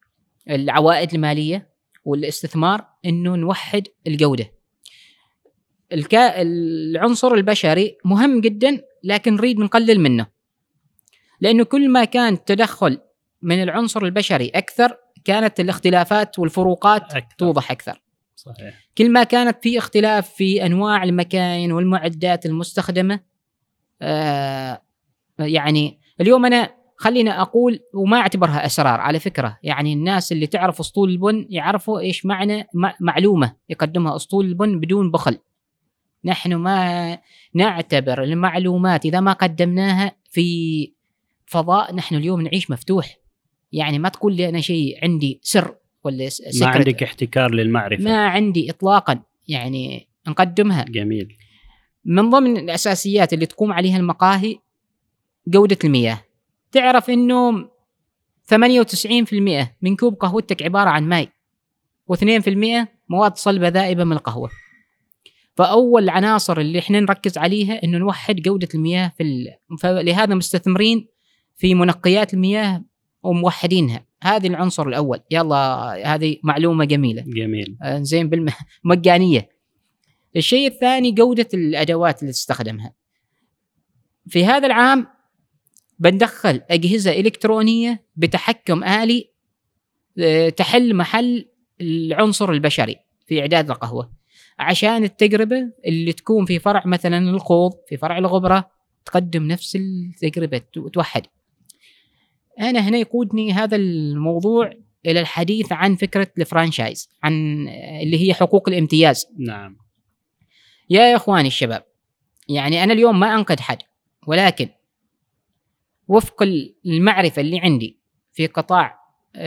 Speaker 2: العوائد المالية والاستثمار إنه نوحد الجودة. الكا العنصر البشري مهم جدا، لكن نريد نقلل منه، لأنه كل ما كان التدخل من العنصر البشري أكثر كانت الاختلافات والفروقات أكثر. توضح أكثر.
Speaker 1: صحيح.
Speaker 2: كل ما كانت في اختلاف في أنواع المكاين والمعدات المستخدمة. آه يعني اليوم أنا خلينا أقول، وما أعتبرها أسرار على فكرة، يعني الناس اللي تعرف أسطول البن يعرفوا إيش معنى معلومة يقدمها أسطول البن بدون بخل. نحن ما نعتبر المعلومات إذا ما قدمناها في فضاء، نحن اليوم نعيش مفتوح. يعني ما تقول لي أنا شيء عندي سر ولا
Speaker 1: ما عندك احتكار للمعرفة.
Speaker 2: ما عندي إطلاقا، يعني نقدمها.
Speaker 1: جميل.
Speaker 2: من ضمن الأساسيات اللي تقوم عليها المقاهي جودة المياه. تعرف إنه ثمانية وتسعين بالمئة من كوب قهوتك عبارة عن ماء، واثنين بالمئة مواد صلبة ذائبة من القهوة. فأول العناصر اللي إحنا نركز عليها إنه نوحد جودة المياه في ال... فلهذا مستثمرين في منقيات المياه وموحدينها. هذه العنصر الأول. يلا هذه معلومة جميلة.
Speaker 1: جميل.
Speaker 2: آه زين بالم... مجانية. الشيء الثاني جودة الأدوات اللي تستخدمها. في هذا العام بندخل أجهزة إلكترونية بتحكم آلي تحل محل العنصر البشري في إعداد القهوة، عشان التجربة اللي تكون في فرع مثلا الخوض، في فرع الغبرة، تقدم نفس التجربة وتوحد. أنا هنا يقودني هذا الموضوع إلى الحديث عن فكرة الفرانشايز، عن اللي هي حقوق الامتياز.
Speaker 1: نعم
Speaker 2: يا إخواني الشباب، يعني أنا اليوم ما أنقد حد، ولكن وفق المعرفة اللي عندي في قطاع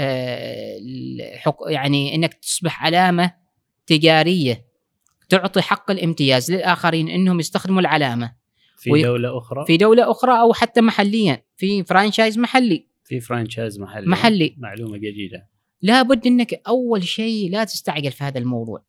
Speaker 2: يعني إنك تصبح علامة تجارية تعطي حق الامتياز للآخرين إنهم يستخدموا العلامة
Speaker 1: في وي... دولة أخرى
Speaker 2: في دولة أخرى أو حتى محليا، في فرانشايز محلي
Speaker 1: في فرانشايز محلي
Speaker 2: محلي
Speaker 1: معلومة جديدة.
Speaker 2: لابد إنك أول شيء لا تستعجل في هذا الموضوع.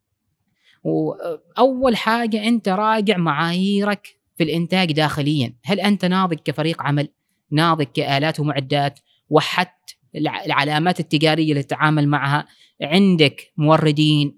Speaker 2: وأول حاجة أنت راجع معاييرك في الإنتاج داخليا. هل أنت ناضج كفريق عمل، ناضج كآلات ومعدات، وحدت العلامات التجارية اللي تتعامل معها، عندك موردين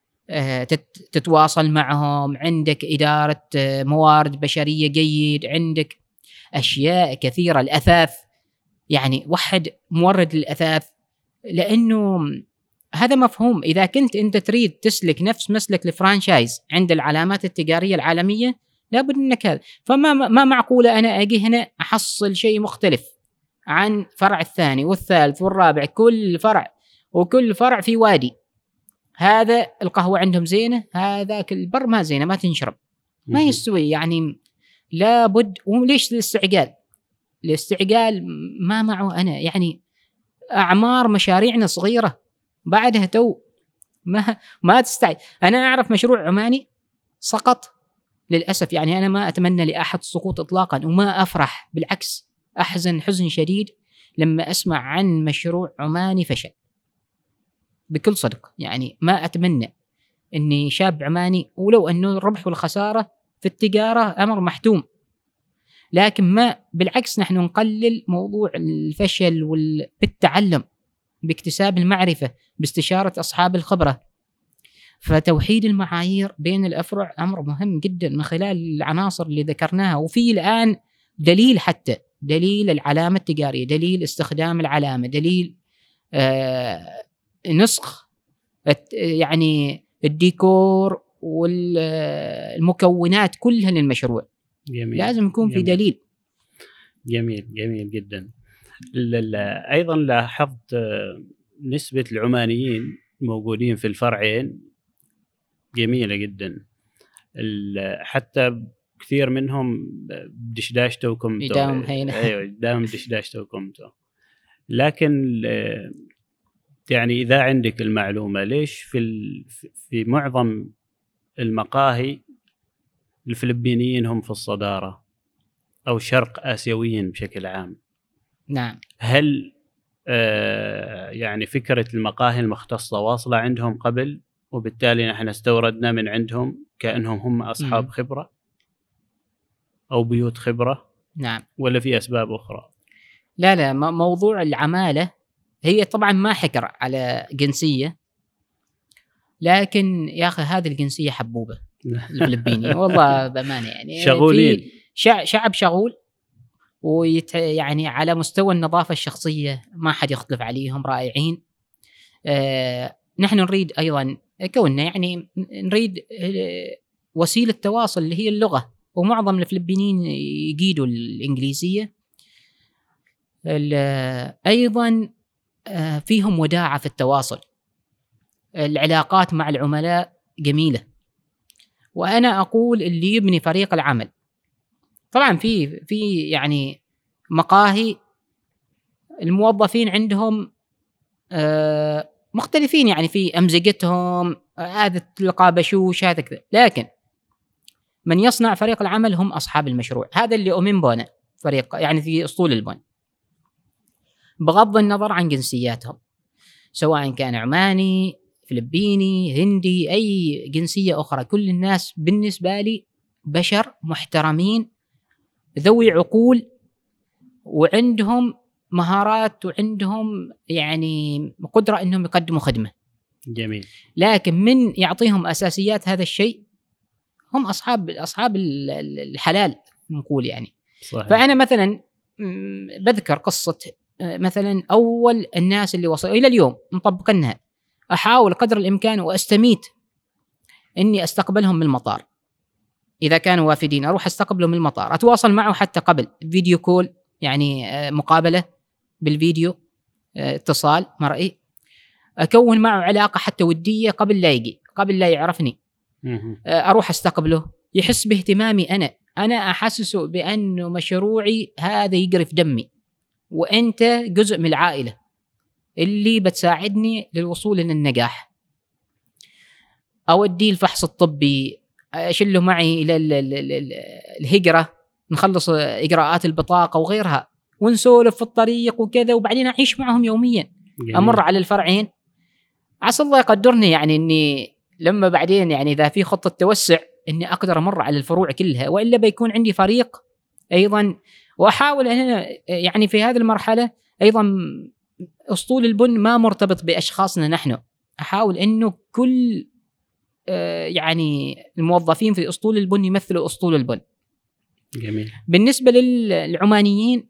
Speaker 2: تتواصل معهم، عندك إدارة موارد بشرية جيد، عندك أشياء كثيرة. الأثاث، يعني وحد مورد الأثاث، لأنه هذا مفهوم. إذا كنت أنت تريد تسلك نفس مسلك الفرانشايز عند العلامات التجارية العالمية، لابد منك هذا. فما ما معقولة أنا أجي هنا أحصل شيء مختلف عن فرع الثاني والثالث والرابع، كل فرع وكل فرع في وادي. هذا القهوة عندهم زينة، هذا البر ما زينة، ما تنشرب، ما يستوي. يعني لابد. وليش الاستعجال؟ الاستعجال ما معه أنا، يعني أعمار مشاريعنا صغيرة، بعدها تو ما ما تستعجل. أنا أعرف مشروع عماني سقط للأسف. يعني أنا ما أتمنى لأحد السقوط إطلاقا، وما أفرح، بالعكس أحزن حزن شديد لما أسمع عن مشروع عماني فشل، بكل صدق. يعني ما أتمنى أني شاب عماني، ولو أنه الربح والخسارة في التجارة أمر محتوم، لكن ما بالعكس نحن نقلل موضوع الفشل وال... بالتعلم، باكتساب المعرفة، باستشارة أصحاب الخبرة. فتوحيد المعايير بين الأفرع أمر مهم جدا من خلال العناصر اللي ذكرناها. وفي الآن دليل، حتى دليل العلامة التجارية، دليل استخدام العلامة، دليل آه نسخ يعني الديكور والمكونات كلها للمشروع.
Speaker 1: جميل.
Speaker 2: لازم يكون
Speaker 1: جميل.
Speaker 2: في دليل.
Speaker 1: جميل جميل جدا. أيضا لاحظت نسبة العمانيين موجودين في الفرعين جميلة جدا، حتى كثير منهم بدشداشته وكمته،
Speaker 2: يداوم هنا.
Speaker 1: أيوة يداوم بدشداشته وكمته. لكن يعني إذا عندك المعلومة، ليش في في معظم المقاهي الفلبينيين هم في الصدارة، أو شرق آسيويين بشكل عام؟
Speaker 2: نعم.
Speaker 1: هل آه يعني فكرة المقاهي المختصة واصلة عندهم قبل، وبالتالي نحن استوردنا من عندهم كأنهم هم أصحاب م. خبرة أو بيوت خبرة؟
Speaker 2: نعم.
Speaker 1: ولا في أسباب أخرى؟
Speaker 2: لا لا موضوع العمالة هي طبعا ما حكر على جنسية، لكن يا أخي هذه الجنسية حبوبة. الفلبيني والله بأمانة يعني
Speaker 1: شغولين،
Speaker 2: شعب شغول، ويت يعني على مستوى النظافة الشخصية ما حد يختلف عليهم، رائعين. آه نحن نريد أيضا كوننا يعني نريد وسيلة تواصل اللي هي اللغة، ومعظم الفلبينيين يجيدوا الإنجليزية. أيضا فيهم وداعة في التواصل، العلاقات مع العملاء جميلة. وأنا أقول اللي يبني فريق العمل، طبعا في في يعني مقاهي الموظفين عندهم مختلفين، يعني في أمزجتهم، هذا تلقى بشوش هذا كذا، لكن من يصنع فريق العمل هم أصحاب المشروع. هذا اللي أؤمن به أنا، فريق يعني في أسطول البن، بغض النظر عن جنسياتهم، سواء كان عماني، فلبيني، هندي، أي جنسية أخرى، كل الناس بالنسبة لي بشر محترمين ذوي عقول، وعندهم مهارات، وعندهم يعني قدرة أنهم يقدموا خدمة.
Speaker 1: جميل.
Speaker 2: لكن من يعطيهم أساسيات هذا الشيء هم أصحاب أصحاب الحلال نقول يعني.
Speaker 1: صحيح.
Speaker 2: فأنا مثلا بذكر قصة مثلا أول الناس اللي وصلوا إلى اليوم مطبقنها، أحاول قدر الإمكان وأستميت إني أستقبلهم من المطار، إذا كانوا وافدين أروح أستقبلهم من المطار، أتواصل معه حتى قبل فيديو كول، يعني مقابلة بالفيديو، اتصال مرئي، أكون معه علاقة حتى ودية قبل لا يجي، قبل لا يعرفني، أروح أستقبله، يحس باهتمامي. أنا أنا أحسسه بأنه مشروعي هذا يقرف دمي، وأنت جزء من العائلة اللي بتساعدني للوصول للنجاح. أوديه الفحص الطبي، أشله معي إلى الهجرة، نخلص إجراءات البطاقة وغيرها، ونسولف في الطريق وكذا، وبعدين أعيش معهم يوميا. جميل. أمر على الفرعين، عسى الله يقدرني يعني إني لما بعدين يعني إذا في خطة توسع إني أقدر أمر على الفروع كلها، وإلا بيكون عندي فريق أيضا. وأحاول أنا يعني في هذه المرحلة أيضا، أسطول البن ما مرتبط بأشخاصنا نحن، أحاول إنه كل يعني الموظفين في أسطول البن يمثلوا أسطول البن.
Speaker 1: جميل.
Speaker 2: بالنسبة للعمانيين،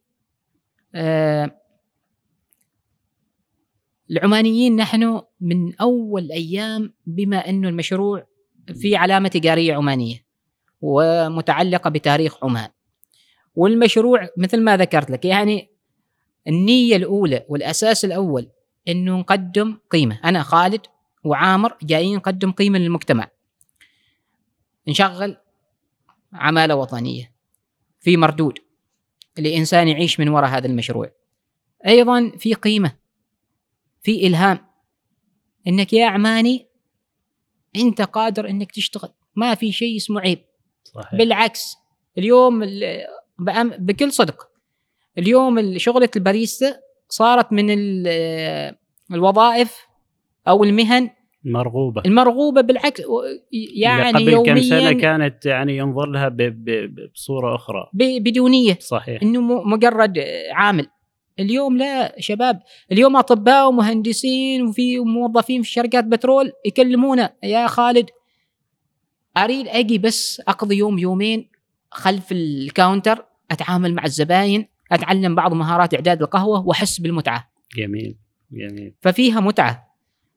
Speaker 2: العمانيين نحن من أول أيام، بما أنه المشروع في علامة تجارية عمانية ومتعلقة بتاريخ عمان، والمشروع مثل ما ذكرت لك يعني النية الأولى والأساس الأول أنه نقدم قيمة. أنا خالد وعامر جايين نقدم قيمة للمجتمع، نشغل عمالة وطنية في مردود لإنسان يعيش من وراء هذا المشروع. أيضا في قيمة، في إلهام، إنك يا عماني أنت قادر إنك تشتغل، ما في شيء اسمه عيب.
Speaker 1: صحيح.
Speaker 2: بالعكس، اليوم بكل صدق اليوم شغلة الباريستا صارت من الوظائف أو المهن
Speaker 1: المرغوبة
Speaker 2: المرغوبة بالعكس، يعني
Speaker 1: قبل
Speaker 2: يوميا
Speaker 1: كم سنة كانت يعني ينظر لها بصورة أخرى،
Speaker 2: بدونية.
Speaker 1: صحيح.
Speaker 2: إنه مجرد عامل. اليوم لا شباب، اليوم أطباء ومهندسين وفي موظفين في شركات بترول يكلمونا، يا خالد أريد أجي بس أقضي يوم يومين خلف الكاونتر، أتعامل مع الزباين، أتعلم بعض مهارات إعداد القهوة وأحس بالمتعة.
Speaker 1: جميل جميل.
Speaker 2: ففيها متعة.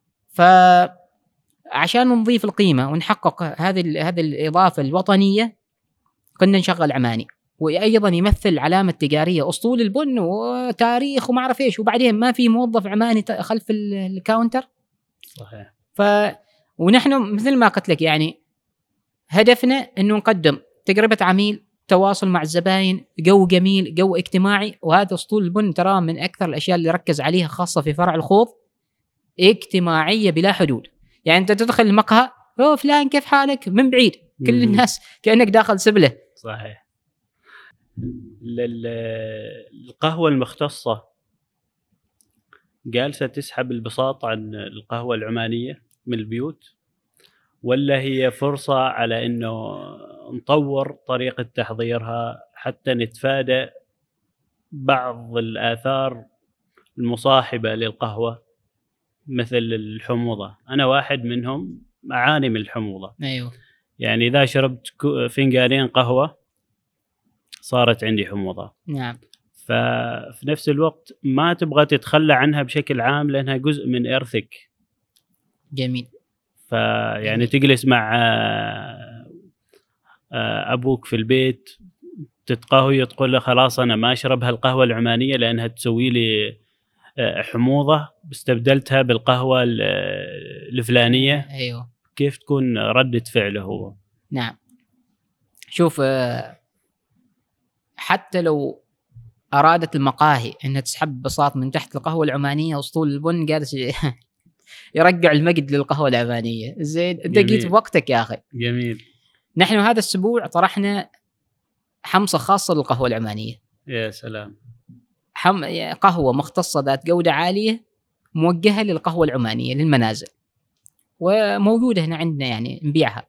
Speaker 2: فعشان نضيف القيمة ونحقق هذه هذه الإضافة الوطنية كنا نشغل عماني، وأيضا يمثل علامة تجارية أسطول البن وتاريخ وما أعرف إيش، وبعدين ما في موظف عماني خلف الكاونتر.
Speaker 1: صحيح.
Speaker 2: ف ونحن مثل ما قلت لك يعني هدفنا إنه نقدم تجربة عميل، تواصل مع الزباين، جو جميل، جو اجتماعي. وهذا أسطول البن ترى من أكثر الأشياء اللي ركز عليها خاصة في فرع الخوض، اجتماعية بلا حدود. يعني أنت تدخل المقهى، أوه فلان كيف حالك، من بعيد كل الناس كأنك داخل سبلة.
Speaker 1: صحيح. القهوة المختصة جالسة تسحب البساط عن القهوة العمانية من البيوت، ولا هي فرصة على إنه نطور طريقة تحضيرها حتى نتفادى بعض الآثار المصاحبة للقهوة مثل الحموضة؟ أنا واحد منهم أعاني من الحموضة.
Speaker 2: أيوه.
Speaker 1: يعني إذا شربت فنجانين قهوة صارت عندي حموضة.
Speaker 2: نعم.
Speaker 1: ففي نفس الوقت ما تبغى تتخلى عنها بشكل عام لأنها جزء من إرثك.
Speaker 2: جميل.
Speaker 1: فيعني تجلس مع أبوك في البيت تتقهوي تقول له خلاص أنا ما أشرب هالقهوة العمانية لأنها تسوي لي حموضة، استبدلتها بالقهوة الفلانية.
Speaker 2: أيوه.
Speaker 1: كيف تكون ردة فعله هو؟
Speaker 2: نعم. شوف، حتى لو أرادت المقاهي أنها تسحب بساط من تحت القهوة العمانية وسطول البن، جالس يرجع المجد للقهوة العمانية. زين، أنت جيت بوقتك يا أخي.
Speaker 1: جميل.
Speaker 2: نحن هذا الأسبوع طرحنا حمصة خاصة للقهوة العمانية.
Speaker 1: يا سلام.
Speaker 2: حم... قهوة مختصة ذات جودة عالية موجهة للقهوة العمانية للمنازل، وموجودة هنا عندنا يعني نبيعها.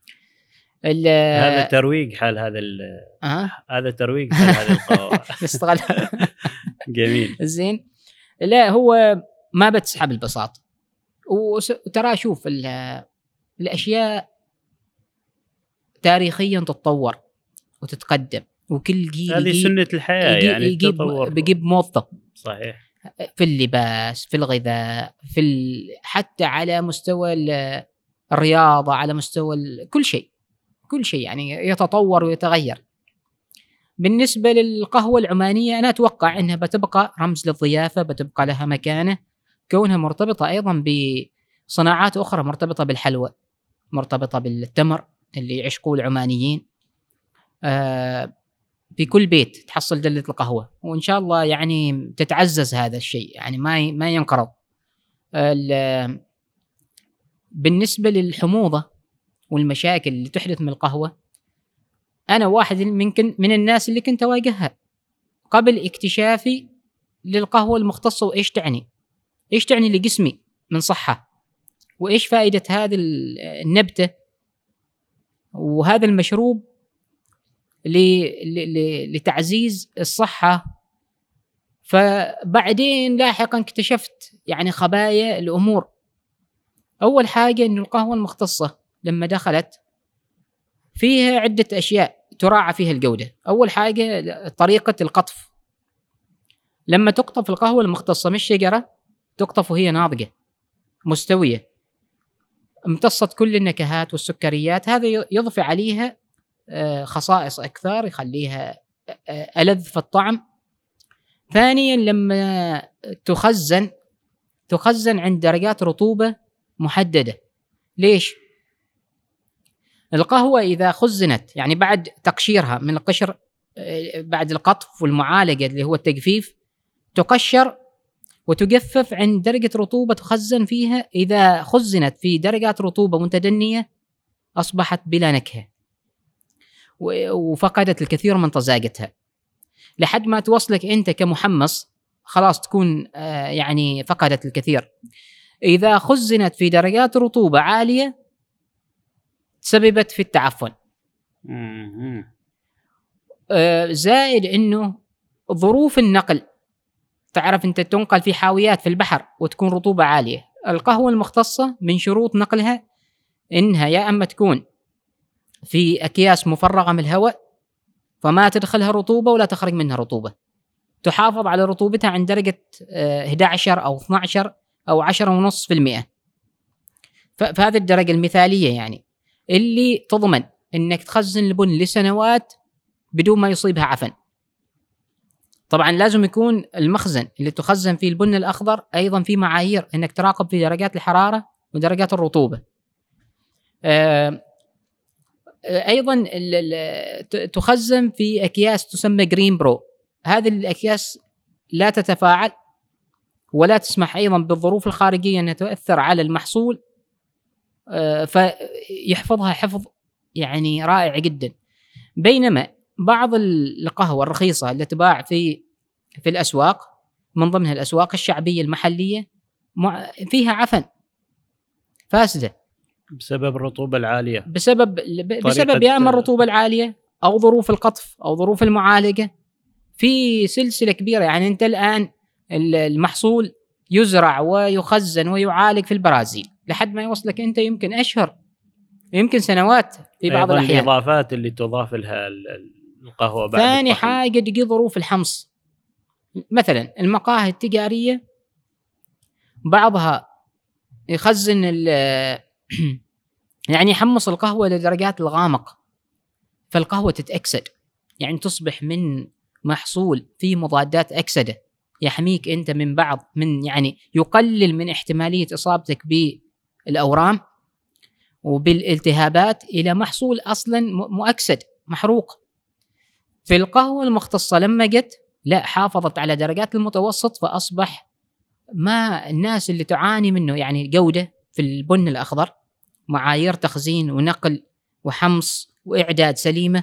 Speaker 1: هذا ترويج حال هذا ال
Speaker 2: أه؟
Speaker 1: هذا ترويج حال هذه القهوة.
Speaker 2: استغل.
Speaker 1: جميل.
Speaker 2: زين. لا، هو ما بتسحب البساط، وترى شوف الأشياء تاريخيا تتطور وتتقدم، وكل جيل
Speaker 1: هذه سنة الحياة
Speaker 2: يجيب
Speaker 1: يعني
Speaker 2: يجيب
Speaker 1: التطور.
Speaker 2: بيجيب موظف.
Speaker 1: صحيح.
Speaker 2: في اللباس، في الغذاء، في ال... حتى على مستوى الرياضة، على مستوى ال... كل شيء كل شيء يعني يتطور ويتغير. بالنسبة للقهوة العمانية أنا أتوقع أنها بتبقى رمز للضيافة، بتبقى لها مكانة، كونها مرتبطة أيضا بصناعات أخرى، مرتبطة بالحلوى، مرتبطة بالتمر اللي يعشقوه العمانيين. آه في كل بيت تحصل دلة القهوة، وإن شاء الله يعني تتعزز هذا الشيء، يعني ما ما ينقرض. بالنسبة للحموضة والمشاكل اللي تحدث من القهوة، أنا واحد من من الناس اللي كنت أواجهها قبل اكتشافي للقهوة المختصة، وإيش تعني إيش تعني لجسمي من صحة، وإيش فائدة هذه النبتة وهذا المشروب لتعزيز الصحة. فبعدين لاحقا اكتشفت يعني خبايا الأمور. أول حاجة أن القهوة المختصة لما دخلت فيها عدة أشياء تراعى فيها الجودة. أول حاجة طريقة القطف. لما تقطف القهوة المختصة من الشجرة تقطف وهي ناضجة مستوية، امتصت كل النكهات والسكريات، هذا يضفي عليها خصائص أكثر يخليها ألذ في الطعم. ثانيا لما تخزن تخزن عند درجات رطوبة محددة. ليش؟ القهوة إذا خزنت يعني بعد تقشيرها من القشر، بعد القطف والمعالجة اللي هو التجفيف، تقشر وتجفف عند درجة رطوبة تخزن فيها. إذا خزنت في درجات رطوبة متدنية أصبحت بلا نكهة وفقدت الكثير من طزاجتها، لحد ما توصلك أنت كمحمص خلاص تكون يعني فقدت الكثير. إذا خزنت في درجات رطوبة عالية سببت في التعفن. زائد أنه ظروف النقل، تعرف أنت تنقل في حاويات في البحر وتكون رطوبة عالية. القهوة المختصة من شروط نقلها إنها يا أما تكون في أكياس مفرغة من الهواء فما تدخلها رطوبة ولا تخرج منها رطوبة، تحافظ على رطوبتها عند درجة إحدى عشر أو اثني عشر أو عشرة ونص في المئة. فهذه الدرجة المثالية يعني اللي تضمن إنك تخزن البن لسنوات بدون ما يصيبها عفن. طبعا لازم يكون المخزن اللي تخزن فيه البن الأخضر أيضا في معايير إنك تراقب في درجات الحرارة ودرجات الرطوبة. أيضا تخزن في أكياس تسمى جرين برو. هذه الأكياس لا تتفاعل ولا تسمح أيضا بالظروف الخارجية أن تؤثر على المحصول، فيحفظها حفظ يعني رائع جدا. بينما بعض القهوة الرخيصة اللي تباع في في الأسواق، من ضمنها الأسواق الشعبية المحلية، فيها عفن فاسدة
Speaker 1: بسبب الرطوبة العالية،
Speaker 2: بسبب بسبب يا اما الرطوبة العالية أو ظروف القطف أو ظروف المعالجة. في سلسلة كبيرة يعني. أنت الآن المحصول يزرع ويخزن ويعالج في البرازيل لحد ما يوصلك أنت يمكن أشهر يمكن سنوات في بعض الأحيان.
Speaker 1: الإضافات اللي تضاف لها القهوة بعد.
Speaker 2: ثاني حاجة دقيق ظروف الحمص، مثلا المقاهي التجارية بعضها يخزن يعني يحمص القهوة لدرجات الغامق، فالقهوة تتأكسد، يعني تصبح من محصول فيه مضادات أكسدة يحميك أنت من بعض من يعني يقلل من احتمالية إصابتك بالأورام وبالالتهابات إلى محصول أصلا مؤكسد محروق. في القهوة المختصة لما جت لا حافظت على درجات المتوسط، فأصبح ما الناس اللي تعاني منه يعني جودة في البن الأخضر، معايير تخزين ونقل وحمص وإعداد سليمة،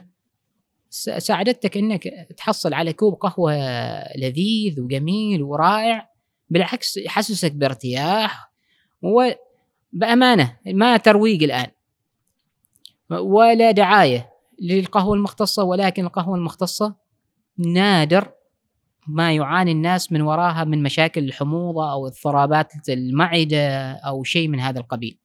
Speaker 2: ساعدتك أنك تحصل على كوب قهوة لذيذ وجميل ورائع، بالعكس يحسسك بارتياح وبأمانة. ما ترويج الآن ولا دعاية للقهوة المختصة، ولكن القهوة المختصة نادر ما يعاني الناس من وراها من مشاكل الحموضة أو اضطرابات المعدة أو شيء من هذا القبيل.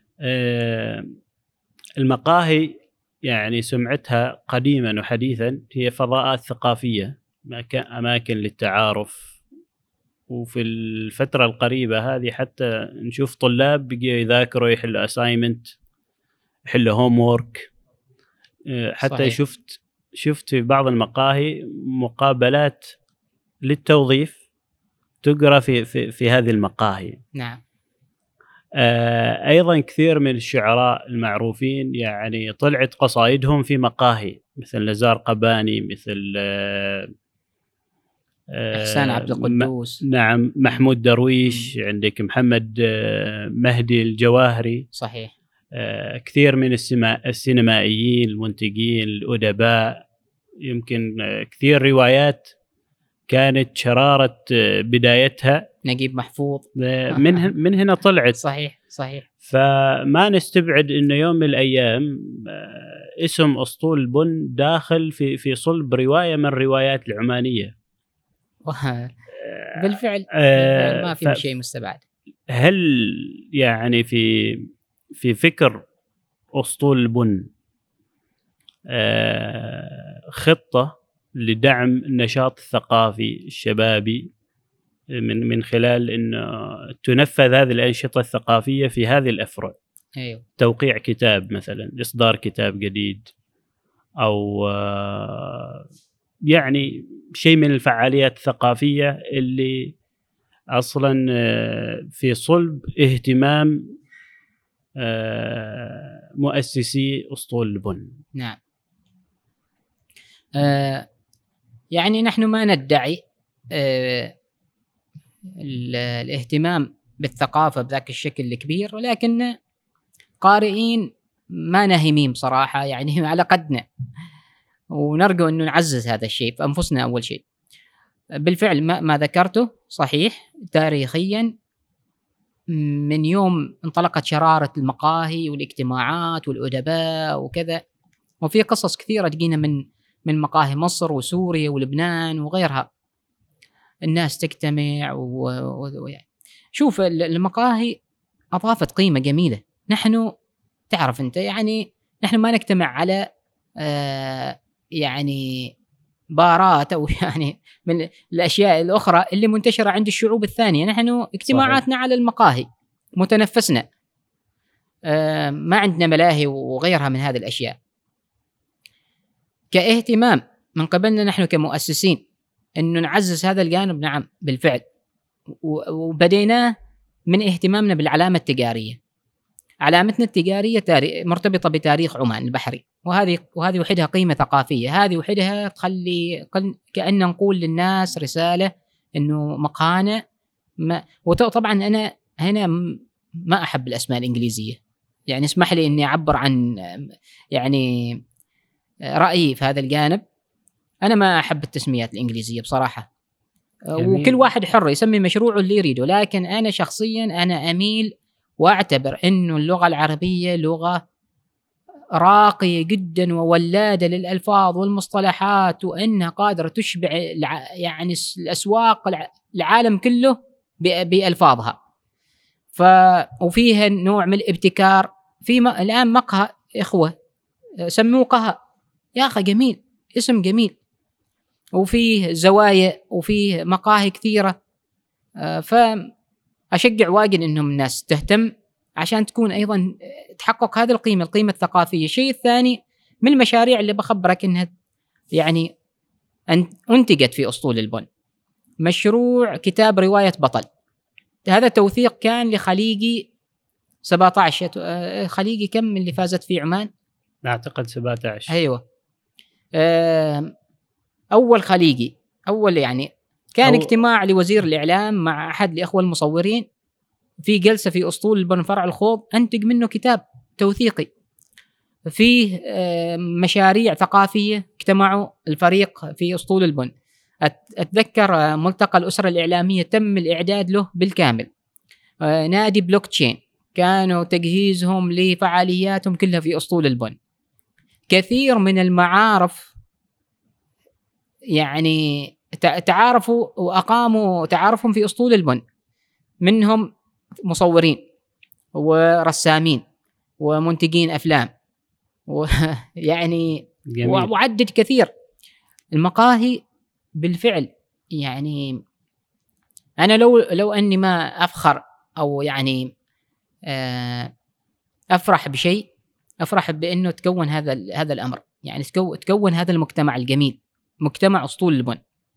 Speaker 1: أه المقاهي يعني سمعتها قديما وحديثا هي فضاءات ثقافية، أماكن للتعارف، وفي الفترة القريبة هذه حتى نشوف طلاب بيجوا يذاكروا يحلوا أسايمنت يحلوا هوم وورك. حتى صحيح. شفت شفت في بعض المقاهي مقابلات للتوظيف تقرأ في في في هذه المقاهي.
Speaker 2: نعم.
Speaker 1: آه أيضا كثير من الشعراء المعروفين يعني طلعت قصائدهم في مقاهي، مثل نزار قباني، مثل آه
Speaker 2: إحسان عبد القدوس.
Speaker 1: نعم، محمود درويش. م. عندك محمد آه مهدي الجواهري.
Speaker 2: صحيح.
Speaker 1: آه كثير من السينمائيين المنتجين الأدباء، يمكن آه كثير روايات كانت شرارة بدايتها
Speaker 2: نجيب محفوظ
Speaker 1: من من هنا طلعت.
Speaker 2: صحيح صحيح.
Speaker 1: فما نستبعد إنه يوم من الأيام اسم أسطول البن داخل في في صلب رواية من روايات العمانية.
Speaker 2: بالفعل, بالفعل ما في شيء مستبعد.
Speaker 1: هل يعني في في فكر أسطول البن خطة لدعم النشاط الثقافي الشبابي من من خلال إنه تنفذ هذه الأنشطة الثقافية في هذه الأفرع؟
Speaker 2: أيوه.
Speaker 1: توقيع كتاب مثلا، إصدار كتاب جديد، أو يعني شيء من الفعاليات الثقافية اللي أصلا في صلب اهتمام مؤسسي أسطول البن.
Speaker 2: نعم. آه يعني نحن ما ندعي آه الاهتمام بالثقافة بذاك الشكل الكبير، ولكن قارئين ما نهمين صراحة، يعني على قدنا، ونرجو أنه نعزز هذا الشيء في أنفسنا. أول شيء بالفعل ما, ما ذكرته صحيح تاريخيا، من يوم انطلقت شرارة المقاهي والاجتماعات والأدباء وكذا، وفي قصص كثيرة تجينا من من مقاهي مصر وسوريا ولبنان وغيرها، الناس تجتمع و... و... شوف المقاهي أضافت قيمة جميلة. نحن تعرف أنت يعني نحن ما نجتمع على آه يعني بارات أو يعني من الأشياء الأخرى اللي منتشرة عند الشعوب الثانية. نحن اجتماعاتنا صحيح. على المقاهي متنفسنا، آه ما عندنا ملاهي وغيرها من هذه الأشياء. كاهتمام من قبلنا نحن كمؤسسين أنه نعزز هذا الجانب، نعم بالفعل، وبديناه من اهتمامنا بالعلامة التجارية. علامتنا التجارية مرتبطة بتاريخ عمان البحري، وهذه وهذه وحدها قيمة ثقافية، هذه وحدها تخلي كأن نقول للناس رسالة إنه مقهانا ما. وطبعا أنا هنا ما أحب الأسماء الإنجليزية، يعني اسمح لي إني أعبر عن يعني رأيي في هذا الجانب. أنا ما أحب التسميات الإنجليزية بصراحة، جميل. وكل واحد حر يسمي مشروعه اللي يريده، لكن أنا شخصيا أنا أميل وأعتبر أنه اللغة العربية لغة راقية جدا وولادة للألفاظ والمصطلحات، وأنها قادرة تشبع يعني الأسواق العالم كله بألفاظها. ف... وفيها نوع من الابتكار في م... الآن مقهى إخوة سموه قهى، يا أخي جميل، اسم جميل، وفيه زوايا وفيه مقاهي كثيرة. فأشجع واجد إنهم الناس تهتم عشان تكون أيضا تحقق هذه القيمة القيمة الثقافية. الشيء الثاني من المشاريع اللي بخبرك إنها يعني أنتجت في أسطول البن، مشروع كتاب رواية بطل. هذا توثيق كان لخليجي سبعة عشر، خليجي كم اللي فازت في عمان؟
Speaker 1: أعتقد سبعة عشر.
Speaker 2: أيوة، أول خليجي، أول يعني كان أو... اجتماع لوزير الإعلام مع أحد الإخوة المصورين في جلسة في أسطول البن فرع الخوض، أنتج منه كتاب توثيقي فيه مشاريع ثقافية اجتمعوا الفريق في أسطول البن. أتذكر ملتقى الأسرة الإعلامية تم الإعداد له بالكامل، نادي بلوك تشين كانوا تجهيزهم لفعالياتهم كلها في أسطول البن. كثير من المعارف يعني تعارفوا وأقاموا تعارفهم في أسطول البن، منهم مصورين ورسامين ومنتجين أفلام ويعني وعدد كثير. المقاهي بالفعل يعني أنا لو لو أني ما أفخر أو يعني أفرح بشيء، أفرح بأنه تكون هذا هذا الأمر، يعني تكون هذا المجتمع الجميل، مجتمع أسطول البن.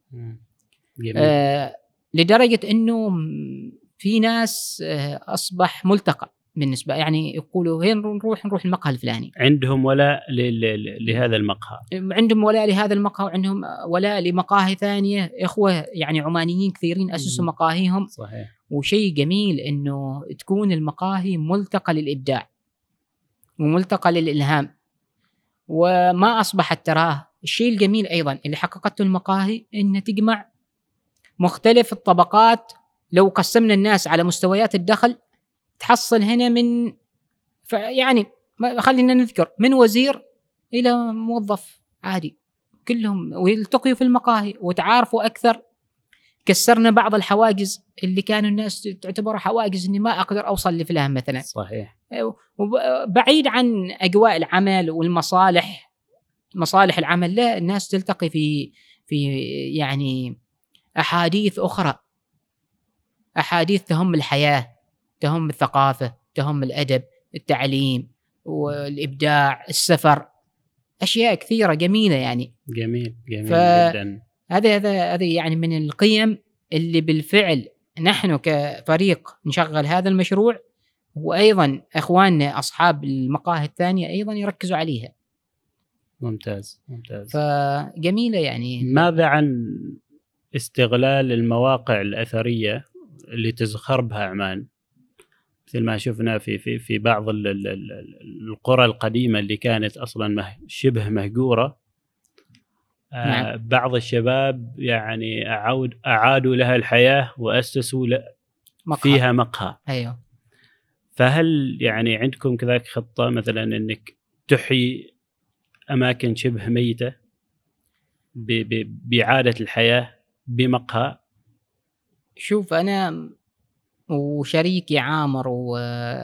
Speaker 2: آه لدرجة أنه في ناس آه أصبح ملتقى بالنسبة، يعني يقولوا وين نروح نروح المقهى الفلاني،
Speaker 1: عندهم ولاء لهذا المقهى،
Speaker 2: عندهم ولاء لهذا المقهى، وعندهم ولاء لمقاهي ثانية. إخوة يعني عمانيين كثيرين أسسوا مقاهيهم.
Speaker 1: صحيح.
Speaker 2: وشيء جميل إنه تكون المقاهي ملتقى للإبداع وملتقى للإلهام، وما أصبحت تراه. الشيء الجميل أيضا اللي حققته المقاهي إن تجمع مختلف الطبقات. لو قسمنا الناس على مستويات الدخل تحصل هنا من يعني خلينا نذكر من وزير إلى موظف عادي كلهم ويلتقوا في المقاهي وتعارفوا أكثر. كسرنا بعض الحواجز اللي كانوا الناس تعتبرها حواجز، إني ما أقدر أوصل لفلان مثلا.
Speaker 1: صحيح.
Speaker 2: بعيد عن أجواء العمل والمصالح، مصالح العمل، لا، الناس تلتقي في في يعني أحاديث أخرى، أحاديث تهم الحياة، تهم الثقافة، تهم الأدب، التعليم والإبداع، السفر، أشياء كثيرة جميلة يعني.
Speaker 1: جميل جميل
Speaker 2: ف...
Speaker 1: جدا.
Speaker 2: هذا هذا هذا يعني من القيم اللي بالفعل نحن كفريق نشغل هذا المشروع، وأيضا إخواننا أصحاب المقاهي الثانية أيضا يركزوا عليها.
Speaker 1: ممتاز ممتاز.
Speaker 2: فجميلة يعني.
Speaker 1: ماذا عن استغلال المواقع الأثرية اللي تزخر بها عمان، مثل ما شفنا في في في بعض القرى القديمة اللي كانت أصلا شبه مهجورة؟ نعم. آه بعض الشباب يعني أعود أعادوا لها الحياة وأسسوا مقهى. فيها مقهى.
Speaker 2: أيوه.
Speaker 1: فهل يعني عندكم كذلك خطة مثلا إنك تحيي أماكن شبه ميتة بإعادة الحياة بمقهى؟
Speaker 2: شوف، أنا وشريكي عامر و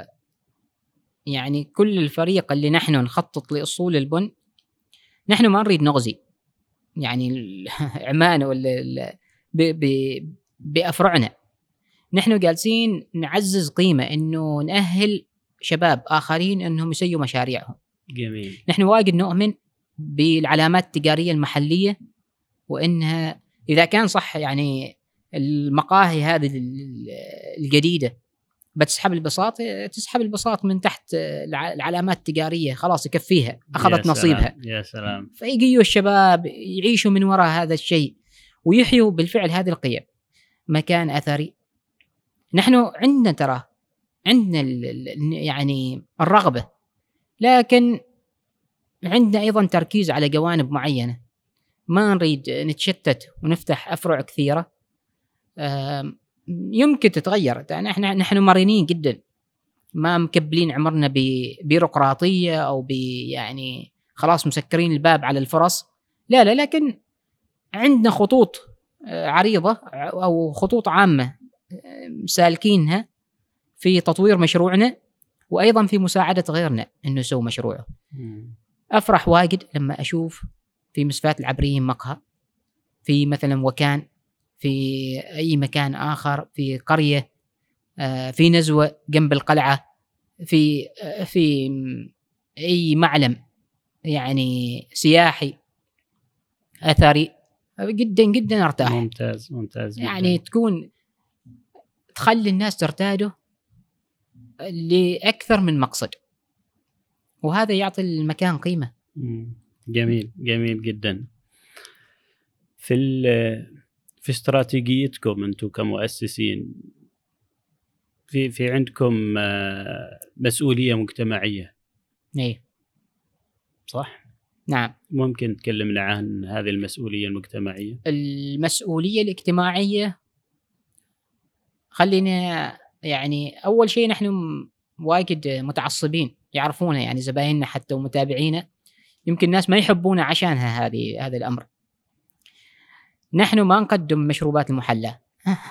Speaker 2: يعني كل الفريق اللي نحن نخطط لأصول البن، نحن ما نريد نغزي يعني عمان ولا بأفرعنا. نحن جالسين نعزز قيمة إنه نأهل شباب آخرين إنهم يسيوا مشاريعهم.
Speaker 1: جميل.
Speaker 2: نحن واجد نؤمن بالعلامات التجارية المحلية، وإنها إذا كان صح يعني المقاهي هذه الجديدة بتسحب البساط، تسحب البساط من تحت العلامات التجارية، خلاص يكفيها، أخذت
Speaker 1: يا
Speaker 2: نصيبها.
Speaker 1: سلام. يا سلام.
Speaker 2: فيجيوا الشباب يعيشوا من وراء هذا الشيء ويحيوا بالفعل هذه القيم. مكان أثري، نحن عندنا ترى عندنا يعني الرغبة، لكن عندنا أيضا تركيز على جوانب معينة. ما نريد نتشتت ونفتح أفرع كثيرة يمكن تتغير. نحن نحن مرنين جدا، ما مكبلين عمرنا ببيروقراطية أو يعني خلاص مسكرين الباب على الفرص. لا لا، لكن عندنا خطوط عريضة أو خطوط عامة سالكينها في تطوير مشروعنا، وأيضا في مساعدة غيرنا إنه يسوي مشروعه. أفرح واجد لما أشوف في مستشفيات العبريين مقهى، في مثلا وكان، في أي مكان آخر، في قرية، في نزوة جنب القلعة، في في أي معلم يعني سياحي أثري، جدا جدا ارتاح.
Speaker 1: ممتاز ممتاز
Speaker 2: يعني جداً. تكون تخلي الناس ترتاده لأكثر من مقصد، وهذا يعطي المكان قيمة.
Speaker 1: جميل جميل جدا. في في استراتيجيتكم أنتم كمؤسسين، في في عندكم مسؤولية مجتمعية.
Speaker 2: إيه
Speaker 1: صح؟
Speaker 2: نعم.
Speaker 1: ممكن تكلمنا عن هذه المسؤولية المجتمعية؟
Speaker 2: المسؤولية الاجتماعية، خلينا يعني أول شيء نحن واجد متعصبين، يعرفونا يعني زبايننا حتى ومتابعينا، يمكن ناس ما يحبونا عشانها هذه هذا الأمر. نحن ما نقدم مشروبات المحلى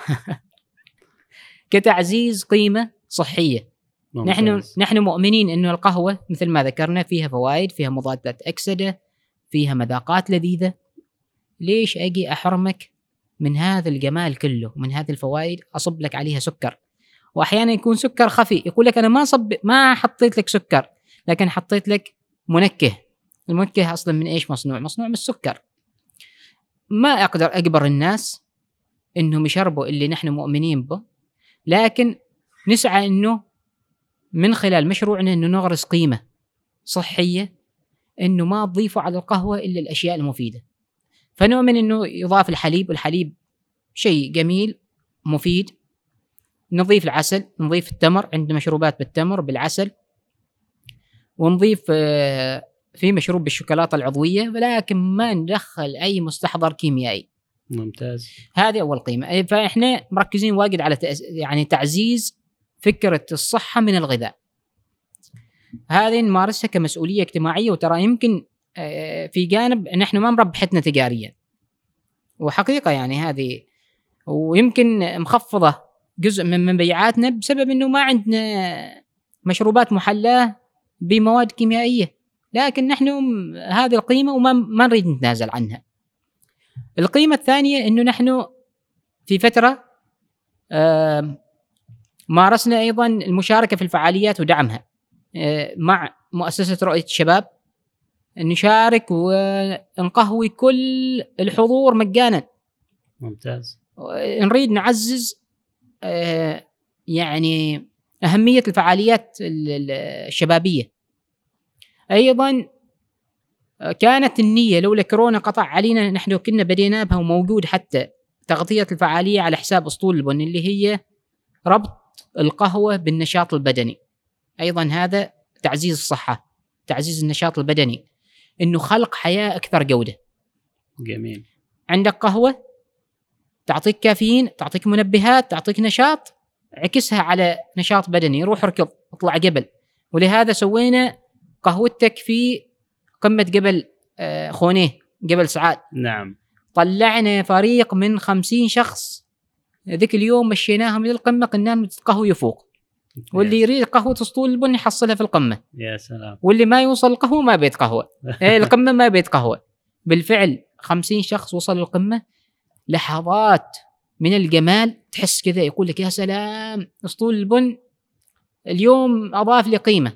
Speaker 2: كتعزيز قيمة صحية.
Speaker 1: ممتاز.
Speaker 2: نحن نحن مؤمنين إنه القهوة مثل ما ذكرنا فيها فوائد، فيها مضادات أكسدة، فيها مذاقات لذيذة. ليش أجي أحرمك من هذا الجمال كله، من هذه الفوائد، أصب لك عليها سكر؟ وأحيانا يكون سكر خفي، يقول لك أنا ما صب ما حطيت لك سكر، لكن حطيت لك منكه. المنكه أصلا من إيش مصنوع؟ مصنوع من السكر. ما أقدر أجبر الناس إنهم يشربوا اللي نحن مؤمنين به، لكن نسعى إنه من خلال مشروعنا إنه نغرس قيمة صحية، إنه ما تضيفوا على القهوة إلا الأشياء المفيدة. فنؤمن إنه يضاف الحليب، والحليب شيء جميل مفيد. نضيف العسل، نضيف التمر، عند مشروبات بالتمر بالعسل، ونضيف في مشروب بالشوكولاتة العضوية، ولكن ما ندخل أي مستحضر كيميائي.
Speaker 1: ممتاز.
Speaker 2: هذه أول قيمة. فإحنا مركزين واجد على يعني تعزيز فكرة الصحة من الغذاء. هذه نمارسها كمسؤولية اجتماعية. وترى يمكن في جانب نحن ما مربحتنا تجاريا، وحقيقة يعني هذه، ويمكن مخفضة جزء من مبيعاتنا بسبب إنه ما عندنا مشروبات محلاة بمواد كيميائية، لكن نحن هذه القيمة وما ما نريد نتنازل عنها. القيمة الثانية إنه نحن في فترة مارسنا أيضا المشاركة في الفعاليات ودعمها مع مؤسسة رؤية الشباب. نشارك ونقهوي كل الحضور مجانا.
Speaker 1: ممتاز.
Speaker 2: نريد نعزز يعني أهمية الفعاليات الشبابية. أيضا كانت النية لولا كورونا قطع علينا، نحن كنا بدينا بها وموجود حتى تغطية الفعالية على حساب أسطول البن، اللي هي ربط القهوة بالنشاط البدني. أيضا هذا تعزيز الصحة، تعزيز النشاط البدني، إنه خلق حياة أكثر جودة.
Speaker 1: جميل.
Speaker 2: عندك قهوة تعطيك كافيين، تعطيك منبهات، تعطيك نشاط، عكسها على نشاط بدني، روح اركض، اطلع جبل. ولهذا سوينا قهوتك في قمة جبل خونيه، جبل سعاد.
Speaker 1: نعم.
Speaker 2: طلعنا فريق من خمسين شخص ذيك اليوم، مشيناهم للقمة، قلنا لهم تتقهووا فوق، واللي يريد قهوة أسطول البن يحصلها في القمة.
Speaker 1: يا سلام.
Speaker 2: واللي ما يوصل القهوة ما بيت قهوة. القمة ما بيت قهوة. بالفعل خمسين شخص وصلوا القمة. لحظات من الجمال، تحس كذا يقول لك يا سلام، أسطول البن اليوم أضاف لي قيمة.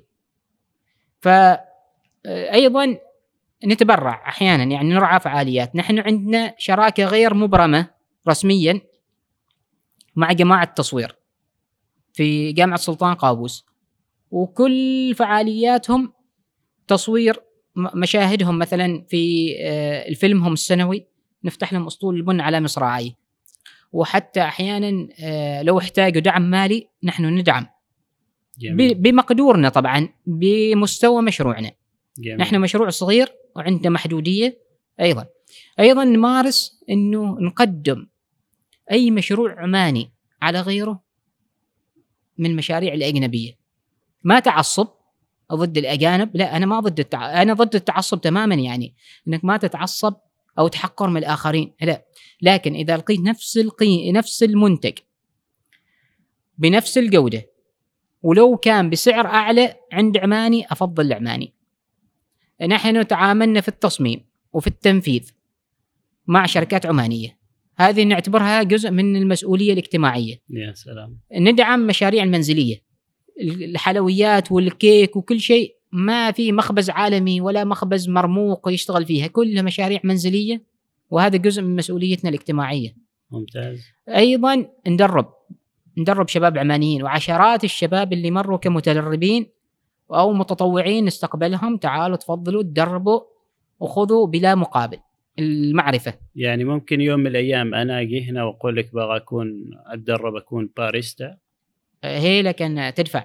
Speaker 2: فأيضا نتبرع أحيانا، يعني نرعى فعاليات. نحن عندنا شراكة غير مبرمة رسميا مع جماعة تصوير في جامعة سلطان قابوس، وكل فعالياتهم تصوير مشاهدهم. مثلا في الفيلمهم السنوي نفتح لهم أسطول البن على مصراعي، وحتى أحيانا لو احتاجوا دعم مالي نحن ندعم. جميل. بمقدورنا طبعا، بمستوى مشروعنا. جميل. نحن مشروع صغير وعندنا محدودية. أيضا أيضا نمارس إنه نقدم أي مشروع عماني على غيره من المشاريع الأجنبية. ما تعصب ضد الأجانب، لا، أنا ما ضد التع... أنا ضد التعصب تماما، يعني إنك ما تتعصب أو تحقر من الآخرين، لا. لكن إذا لقيت نفس القي... نفس المنتج بنفس الجودة ولو كان بسعر أعلى عند عماني أفضل العماني. نحن تعاملنا في التصميم وفي التنفيذ مع شركات عمانية، هذه نعتبرها جزء من المسؤولية الاجتماعية.
Speaker 1: يا سلام.
Speaker 2: ندعم مشاريع المنزلية، الحلويات والكيك وكل شيء، ما في مخبز عالمي ولا مخبز مرموق يشتغل فيها، كلها مشاريع منزلية، وهذا جزء من مسؤوليتنا الاجتماعية.
Speaker 1: ممتاز.
Speaker 2: أيضا ندرب ندرب شباب عمانيين، وعشرات الشباب اللي مروا كمتدربين أو متطوعين نستقبلهم، تعالوا تفضلوا تدربوا وخذوا بلا مقابل المعرفة.
Speaker 1: يعني ممكن يوم من الأيام أنا أجي هنا وأقول لك بغى أكون أتدرب أكون باريستا،
Speaker 2: هي لكن تدفع.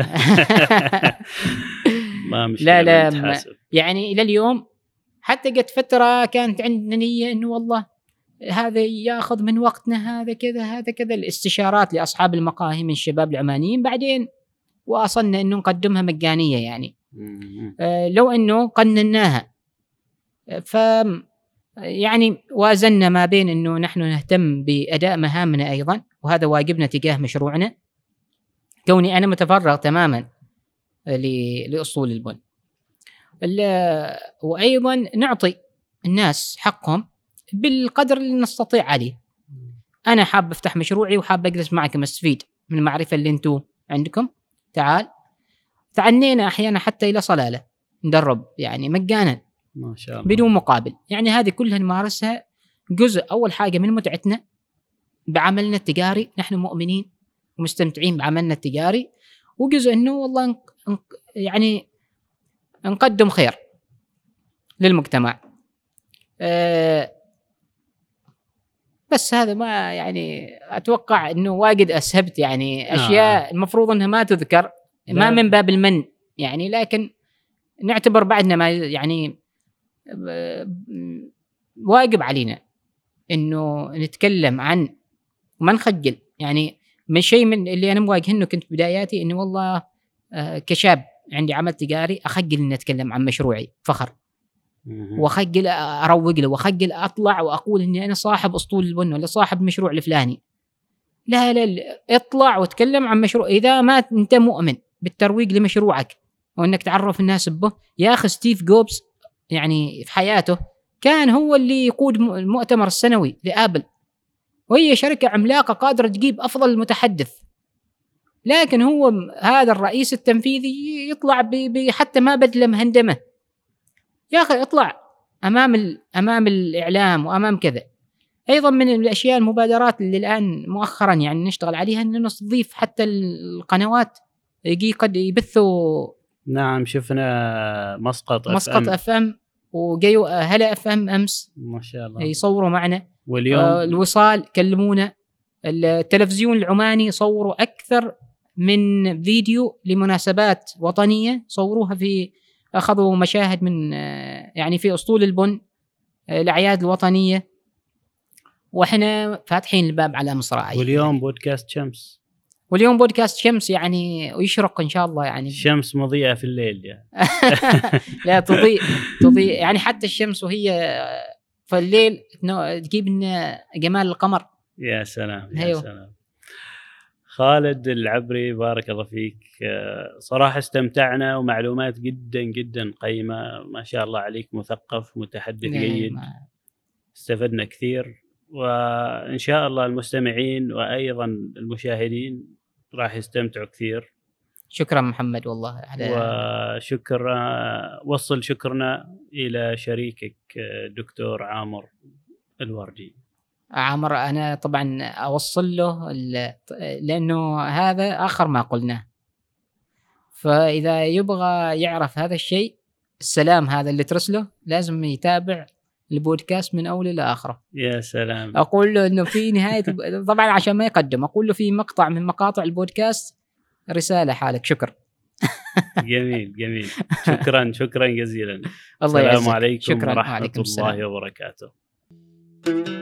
Speaker 1: ما مش
Speaker 2: لا لا يعني إلى اليوم حتى قد فترة كانت عندنا نية إنه والله هذا ياخذ من وقتنا، هذا كذا هذا كذا، الاستشارات لأصحاب المقاهي من الشباب العمانيين، بعدين وأصلنا إنه نقدمها مجانية يعني. آه لو إنه قنناها، ف يعني وازننا ما بين إنه نحن نهتم بأداء مهامنا أيضا، وهذا واجبنا تجاه مشروعنا، كوني أنا متفرغ تماما لأصول البن، وأيضا نعطي الناس حقهم بالقدر اللي نستطيع عليه. أنا حاب أفتح مشروعي وحاب أجلس معكم أستفيد من المعرفة اللي أنتم عندكم، تعال تعنينا أحيانا حتى إلى صلالة ندرب يعني مجانا
Speaker 1: ما شاء الله
Speaker 2: بدون مقابل. يعني هذه كلها نمارسها جزء أول حاجة من متعتنا بعملنا التجاري، نحن مؤمنين ومستمتعين بعملنا التجاري، وجزء إنه والله يعني نقدم خير للمجتمع. أه بس هذا ما يعني أتوقع إنه واجد أسهبت يعني أشياء آه. المفروض إنها ما تذكر، ما من باب المن يعني، لكن نعتبر بعدنا ما يعني واجب علينا إنه نتكلم عن وما نخجل. يعني من شيء من اللي أنا مواجهنه كنت بداياتي إنه والله آه كشاب عندي عمل تجاري أخجل إني أتكلم عن مشروعي فخر، وأخجل أروق له، وأخجل أطلع وأقول إني أنا صاحب أسطول البن ولا صاحب مشروع الفلاني. لا لا, لا اطلع وتكلم عن مشروع. إذا ما أنت مؤمن بالترويج لمشروعك وإنك تعرف الناس به، يا أخي ستيف جوبز يعني في حياته كان هو اللي يقود المؤتمر السنوي لآبل، وهي شركة عملاقة قادرة تجيب أفضل المتحدث، لكن هو هذا الرئيس التنفيذي يطلع حتى ما بدله مهندمة. يا أخي اطلع أمام أمام الإعلام وأمام كذا. أيضا من الأشياء المبادرات اللي الآن مؤخرا يعني نشتغل عليها أن نستضيف حتى القنوات يجي قد يبثوا.
Speaker 1: نعم شفنا مسقط
Speaker 2: مسقط أف أم وجيو هلا أف أم أمس
Speaker 1: ما شاء الله
Speaker 2: يصوروا معنا،
Speaker 1: واليوم
Speaker 2: آه الوصال كلمونا، التلفزيون العماني صوروا أكثر من فيديو لمناسبات وطنية صوروها، في أخذوا مشاهد من يعني في أسطول البن الأعياد الوطنية، وإحنا فاتحين الباب على مصراعي.
Speaker 1: واليوم
Speaker 2: يعني.
Speaker 1: بودكاست شمس
Speaker 2: واليوم بودكاست شمس يعني ويشرق إن شاء الله يعني.
Speaker 1: الشمس مضيئة في الليل يعني.
Speaker 2: لا تضيء تضيء يعني حتى الشمس وهي في الليل تجيب لنا جمال القمر.
Speaker 1: يا سلام يا
Speaker 2: هيو.
Speaker 1: سلام. خالد العبري بارك الله فيك، صراحة استمتعنا ومعلومات جدا جدا قيمة، ما شاء الله عليك، مثقف متحدث جيد، استفدنا كثير، وإن شاء الله المستمعين وأيضا المشاهدين راح يستمتعوا كثير.
Speaker 2: شكرا محمد والله على
Speaker 1: وشكرا، وصل شكرنا إلى شريكك دكتور عامر الوردي.
Speaker 2: عامر أنا طبعا أوصل له لأنه هذا آخر ما قلناه، فإذا يبغى يعرف هذا الشيء السلام هذا اللي ترسله لازم يتابع البودكاست من أول إلى آخره.
Speaker 1: يا سلام.
Speaker 2: أقول له إنه في نهاية طبعا عشان ما يقدم أقول له في مقطع من مقاطع البودكاست رسالة حالك. شكرا.
Speaker 1: جميل جميل. شكرا شكرا جزيلا.
Speaker 2: الله
Speaker 1: السلام عليكم
Speaker 2: شكرا
Speaker 1: ورحمة الله وبركاته.